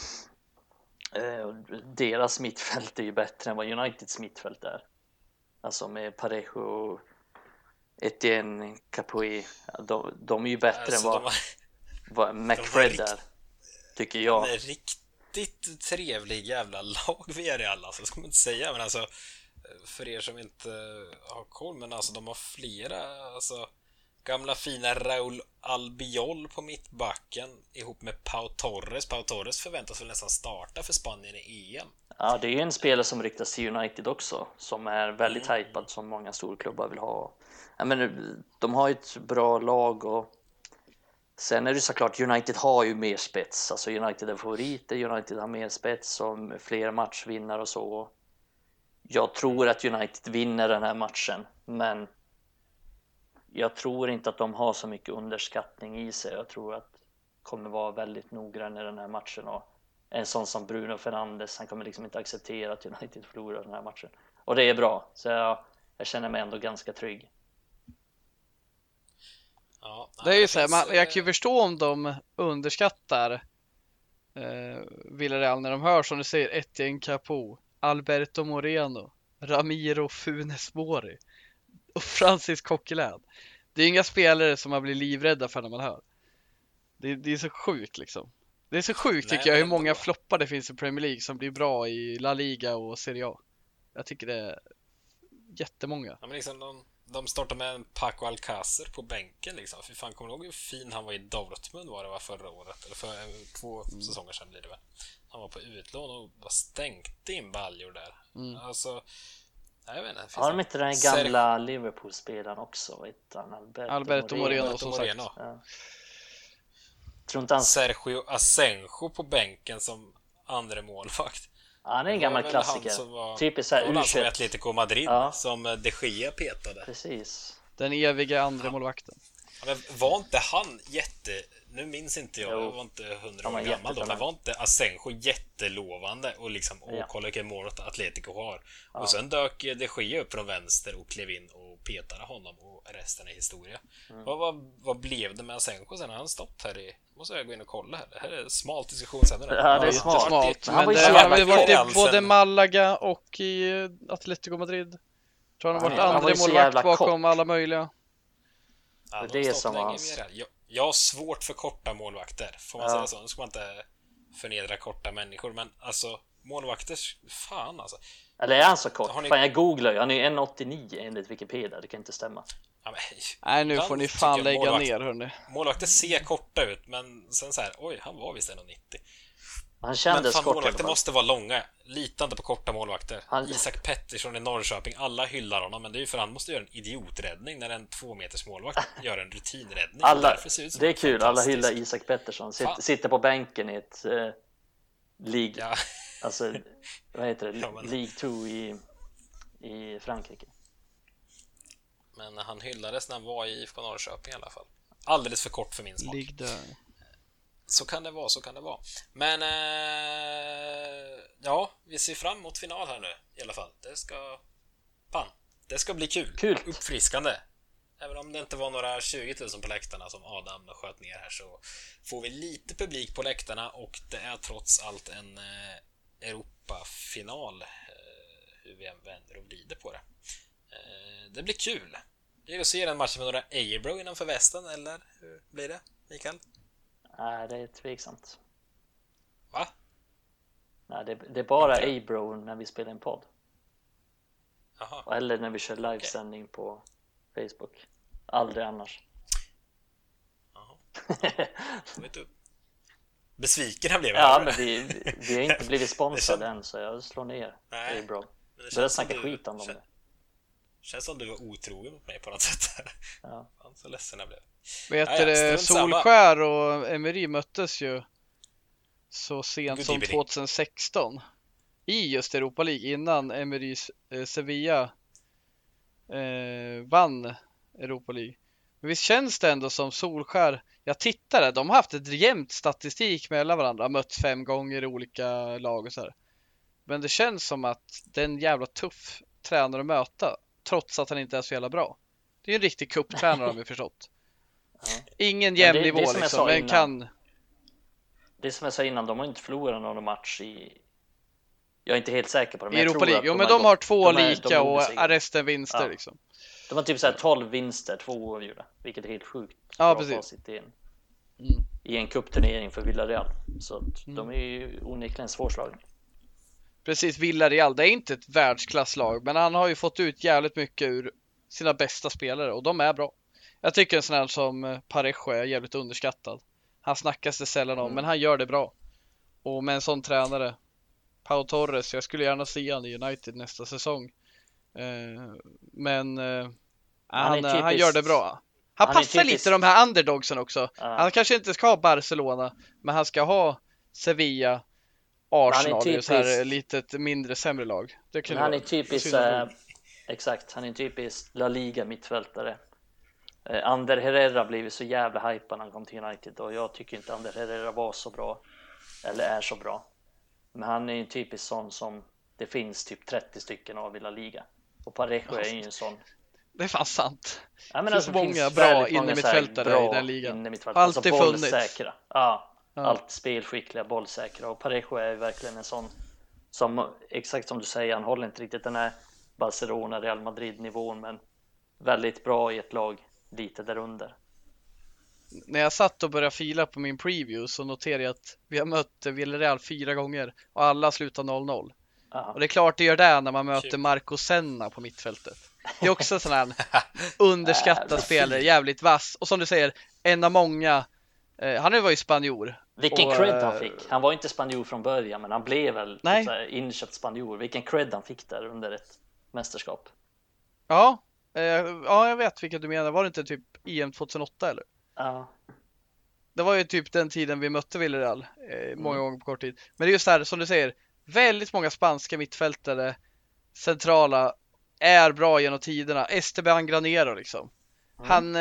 Deras mittfält är ju bättre än vad Uniteds mittfält är. Alltså med Parejo, Etienne, Capoe, de är ju bättre alltså än vad McFred är, tycker jag. De är riktigt trevlig jävla lag vi är i alla, så ska man inte säga, men alltså för er som inte har koll, men alltså de har flera, alltså gamla fina Raúl Albiol på mittbacken ihop med Pau Torres. Pau Torres förväntas väl nästan starta för Spanien i EM. Ja, det är ju en spelare som riktas till United också, som är väldigt hypad, som många storklubbar vill ha. Ja, men de har ju ett bra lag, och sen är det såklart, United har ju mer spets. Alltså United är favoriter, United har mer spets som fler matchvinnare och så. Jag tror att United vinner den här matchen, men jag tror inte att de har så mycket underskattning i sig. Jag tror att de kommer vara väldigt noggrann i den här matchen, och en sån som Bruno Fernandes, han kommer liksom inte acceptera att United förlorar den här matchen. Och det är bra, så jag känner mig ändå ganska trygg. Ja, det är ju så här, jag kan ju förstå om de underskattar Villarreal när de hör, som du säger, Etienne Capoe, Alberto Moreno, Ramiro Funes Mori och Francis Coquelin. Det är inga spelare som man blir livrädda för när man hör. Det är så sjukt liksom. Det är så sjukt tycker jag hur många floppar det finns i Premier League som blir bra i La Liga och Serie A. Jag tycker det är jättemånga. Ja, men liksom de startar med en Paco Alcácer på bänken liksom. För fan, kommer du ihåg hur fin han var i Dortmund var förra året? Eller för 2 säsonger sedan blir det väl. Han var på utlån och bara stänkte in baljor där. Alltså, jag vet inte. Har de inte den gamla Liverpool-spelaren också? Alberto Moreno. Ja. Tror inte han... Sergio Asenjo på bänken som andra målvakt. Ja, han är en gammal klassiker. Typiskt så här U21. Han som Atletico Madrid, som De Gea petade. Precis. Den eviga andra målvakten. Ja, men var inte han nu minns inte jag var inte 100 år gammal då, men var inte Asenjo jättelovande och liksom, kolla vilken mål Atletico har. Och sen dök De Gea upp från vänster och klev in och petade honom, och resten är historia. Vad blev det med Asenjo sen? Har han stått här i... Måste jag gå in och kolla här. Det här är smalt diskussionsämne. Ja, det är smalt. Men det har varit i både Malaga och i Atletico Madrid. Tror han har varit andra målvakt bakom alla möjliga. Ja, det är som jag har svårt för korta målvakter. Får man säga så? Nu ska man inte förnedra korta människor, men alltså målvakter, fan alltså. Eller är han så kort? Fan, jag googlar ju. Han är 1,89 enligt Wikipedia. Det kan inte stämma. Ja, nej, nu får ni fan lägga ner, hörni. Målvakter ser korta ut, men sen så här, oj, han var visst 1,90. Han kändes kort. Målvakter måste vara långa. Lita inte på korta målvakter. Isak Pettersson i Norrköping, alla hyllar honom, men det är ju för han måste göra en idioträddning när en 2 meters målvakt gör en rutinräddning. Det är kul, alla hyllar Isak Pettersson. Sitter på bänken i ett League. Alltså, vad heter det? League 2 i Frankrike. Men han hyllades när han var i IFK Norrköping i alla fall. Alldeles för kort för min smak. Så kan det vara, så kan det vara. Men ja, vi ser fram emot final här nu i alla fall. Det ska bli kul. Uppfriskande. Även om det inte var några 20 000 på läktarna som Adam sköt ner här, så får vi lite publik på läktarna, och det är trots allt en Europafinal, hur vi än vänder och vrider på det. Det blir kul. Det är att se en match med några Abro innanför västen, eller hur blir det, Mikael? Nej, det är tveksamt. Va? Nej, det är bara Abro när vi spelar en podd. Aha. Eller när vi kör livesändning på Facebook. Aldrig annars. Jaha. Vet du. Besviken jag blev. Ja, men vi har inte blivit sponsrade än, så jag slår ner. Nej, bra. Börjar snacka skit om det. Känns som du var otrogen mot mig på något sätt. Ja. Fan, så ledsen jag blev. Vet du, Solskär och Emery möttes ju så sent som 2016 i just Europa League, innan Emerys Sevilla vann Europa League. Men visst känns det ändå som Solskär, jag tittade, de har haft ett jämnt statistik mellan varandra, mötts 5 gånger i olika lag och så här. Men det känns som att det är en jävla tuff tränare att möta, trots att han inte är så jävla bra. Det är en riktig kupptränare har vi förstått. Ja. Ingen jämn nivå liksom, men kan... Det som jag sa innan, de har inte förlorat någon match i... Jag är inte helt säker på det, men i Europa League. Jo, men de har 2 lika och resten vinster liksom. De har typ så här 12 vinster, 2 oavgjorda, vilket är helt sjukt. Ja, precis. I en cupturnering för Villarreal. Så att de är ju onekligen svårslagna. Precis, Villarreal, det är inte ett världsklasslag, men han har ju fått ut jävligt mycket ur sina bästa spelare, och de är bra. Jag tycker en sån här som Parejo är jävligt underskattad. Han snackas det sällan om, men han gör det bra. Och med en sån tränare, Pau Torres, jag skulle gärna se han i United nästa säsong. Men han gör det bra. Han passar lite de här underdogsen också. Han kanske inte ska ha Barcelona, men han ska ha Sevilla, Arsenal, det är så här litet mindre sämre lag. Det kan han är typiskt exakt, han är en typisk La Liga mittfältare. Ander Herrera blivit så jävla hypad när han kom till United, och jag tycker inte Ander Herrera var så bra, eller är så bra. Men han är en typisk sån som det finns typ 30 stycken av i La Liga. Och Parejo är ju en sån. Det är fan sant. Ja, men det finns många bra innermittfältare i den ligan. Alltid alltså funnits. Ja. Allt spelskickliga, bollsäkra. Och Parejo är verkligen en sån som, exakt som du säger, han håller inte riktigt den här Barcelona, Real Madrid-nivån, men väldigt bra i ett lag lite där under. När jag satt och började fila på min preview så noterade jag att vi har mött Villarreal 4 gånger och alla slutar 0-0. Och det är klart det gör det när man möter Marco Senna på mittfältet. Det är också sån här underskattad spelare, jävligt vass. Och som du säger, en av många. Han var ju spanjor. Vilken cred han fick. Han var inte spanjor från början, men han blev väl typ inköpt spanjor. Vilken cred han fick där under ett mästerskap. Ja, jag vet vilket du menar. Var det inte typ EM 2008 eller? Ja. Det var ju typ den tiden vi mötte Villarreal många gånger på kort tid. Men det är just här, som du säger, väldigt många spanska mittfältare, centrala, är bra genom tiderna. Esteban Granero liksom. Han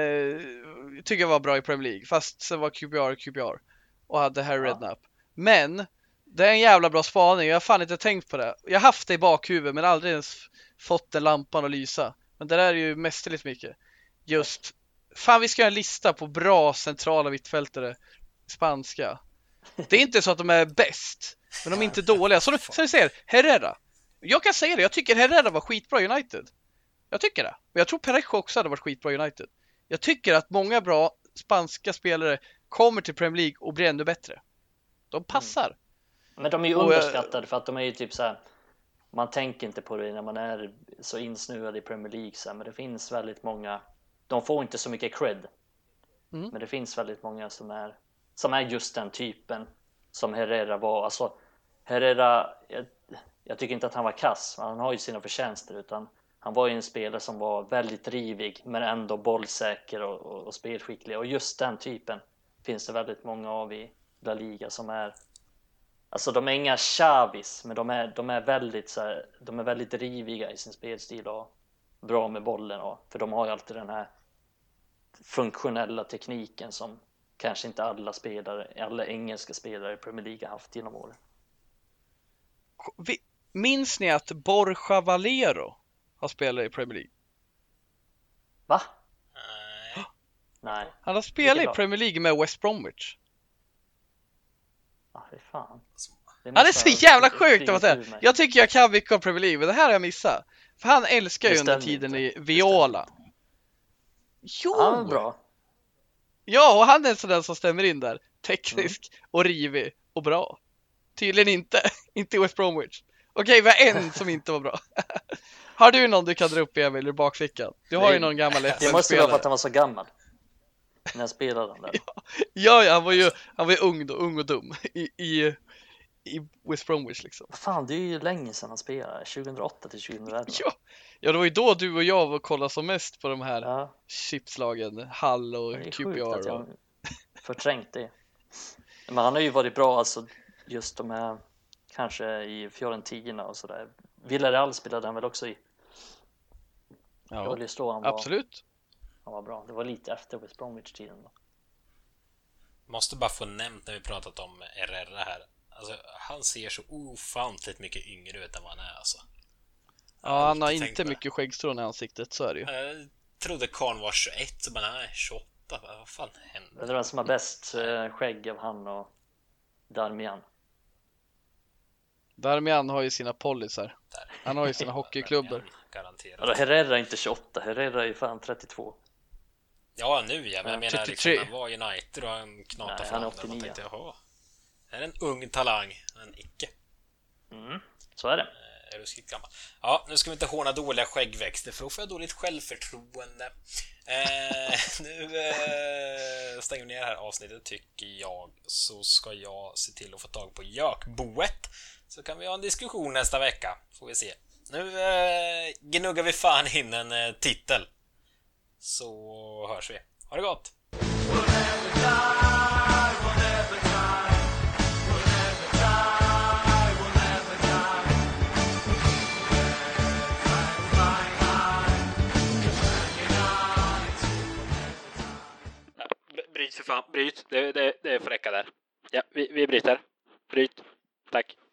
tycker jag var bra i Premier League, fast sen var QPR och hade Harry Redknapp. Men det är en jävla bra spaning. Jag har fan inte tänkt på det. Jag har haft det i bakhuvudet, men aldrig ens fått den lampan att lysa. Men det där är ju mästerligt mycket. Just, fan, vi ska göra en lista på bra centrala mittfältare spanska. Det är inte så att de är bäst, men de är inte dåliga. Så du säger, Herrera. Jag kan säga det, jag tycker Herrera var skitbra i United. Jag tycker det. Men jag tror Parejo också hade varit skitbra i United. Jag tycker att många bra spanska spelare kommer till Premier League och blir ännu bättre. De passar. Men de är ju underskattade för att de är ju typ så här, man tänker inte på det när man är så insnuvad i Premier League så här, men det finns väldigt många, de får inte så mycket cred. Men det finns väldigt många som är just den typen som Herrera var. Alltså Herrera, jag tycker inte att han var kass, han har ju sina förtjänster, utan han var ju en spelare som var väldigt rivig men ändå bollsäker och spelskicklig. Och just den typen finns det väldigt många av i La Liga som är, alltså de är inga Xavis, men de är väldigt så här, de är väldigt riviga i sin spelstil och bra med bollen, och för de har ju alltid den här funktionella tekniken som kanske inte alla engelska spelare i Premier League har haft genom åren. Minns ni att Borja Valero har spelat i Premier League? Va? Nej. Nej. Han har spelat i Vilket lag? Premier League med West Bromwich. Ah, fy fan. Ja, det är så jävla sjukt att säga. Jag tycker jag kan mycket om Premier League, men det här har jag missat. För han älskar ju Det under stämmer tiden inte. i Viola. Jo! Han är bra. Ja, och han är en sån där som stämmer in där. Teknisk och rivig och bra. Tydligen inte. Inte i West Bromwich. Okej, vi har en som inte var bra. Har du någon du kan dra upp, Emil, i bakfickan? Du har ju någon gammal Det måste vara FN-spelare. för att han var så gammal när jag spelade den där. Ja, han var ju ung och dum i West Bromwich liksom. Vad fan, det är ju länge sedan han spelade. 2008 till 2011. Ja, det var ju då du och jag var kolla som mest på de här Ja, chipslagen, Hull och det är sjukt QPR. att jag förträngt det. Men han har ju varit bra, alltså just de här kanske i Fiorentina och sådär. Villarreal spelade han väl också i. Jag Ja, vill ju slå, absolut. han var bra. Det var lite efter West Bromwich-tiden då. Måste bara få nämnt när vi pratat om Herrera här. Alltså, han ser så ofantligt mycket yngre ut än vad han är alltså. Ja, han har alltid tänkt inte på det. mycket skäggstrån i ansiktet, så är det ju. Jag trodde Karn var 21, så bara nej, 28. Vad fan hände? Det är vem som har bäst skägg av han och Darmian. Darmian har ju sina polisar. Där. Han har ju sina hockeyklubbor. Garanterat. Alltså, Herrera är inte 28, Herrera är fan 32. Ja, nu ja, men jag menar 33. liksom, han var United och han knatade Nej, fram han är där och man 89. tänkte, jaha, är en ung talang, en icke. Så är det. Ruskigt gammal. Ja, nu ska vi inte håna dåliga skäggväxter, för då får jag dåligt självförtroende. Nu stänger vi ner det här avsnittet, tycker jag. Så ska jag se till att få tag på Jökboet, så kan vi ha en diskussion nästa vecka. Får vi se. Nu gnuggar vi fan in en titel. Så hörs vi. Ha det gott! Bryt för fan, bryt. Det är för räcka där. Ja, vi bryter. Bryt. Tack.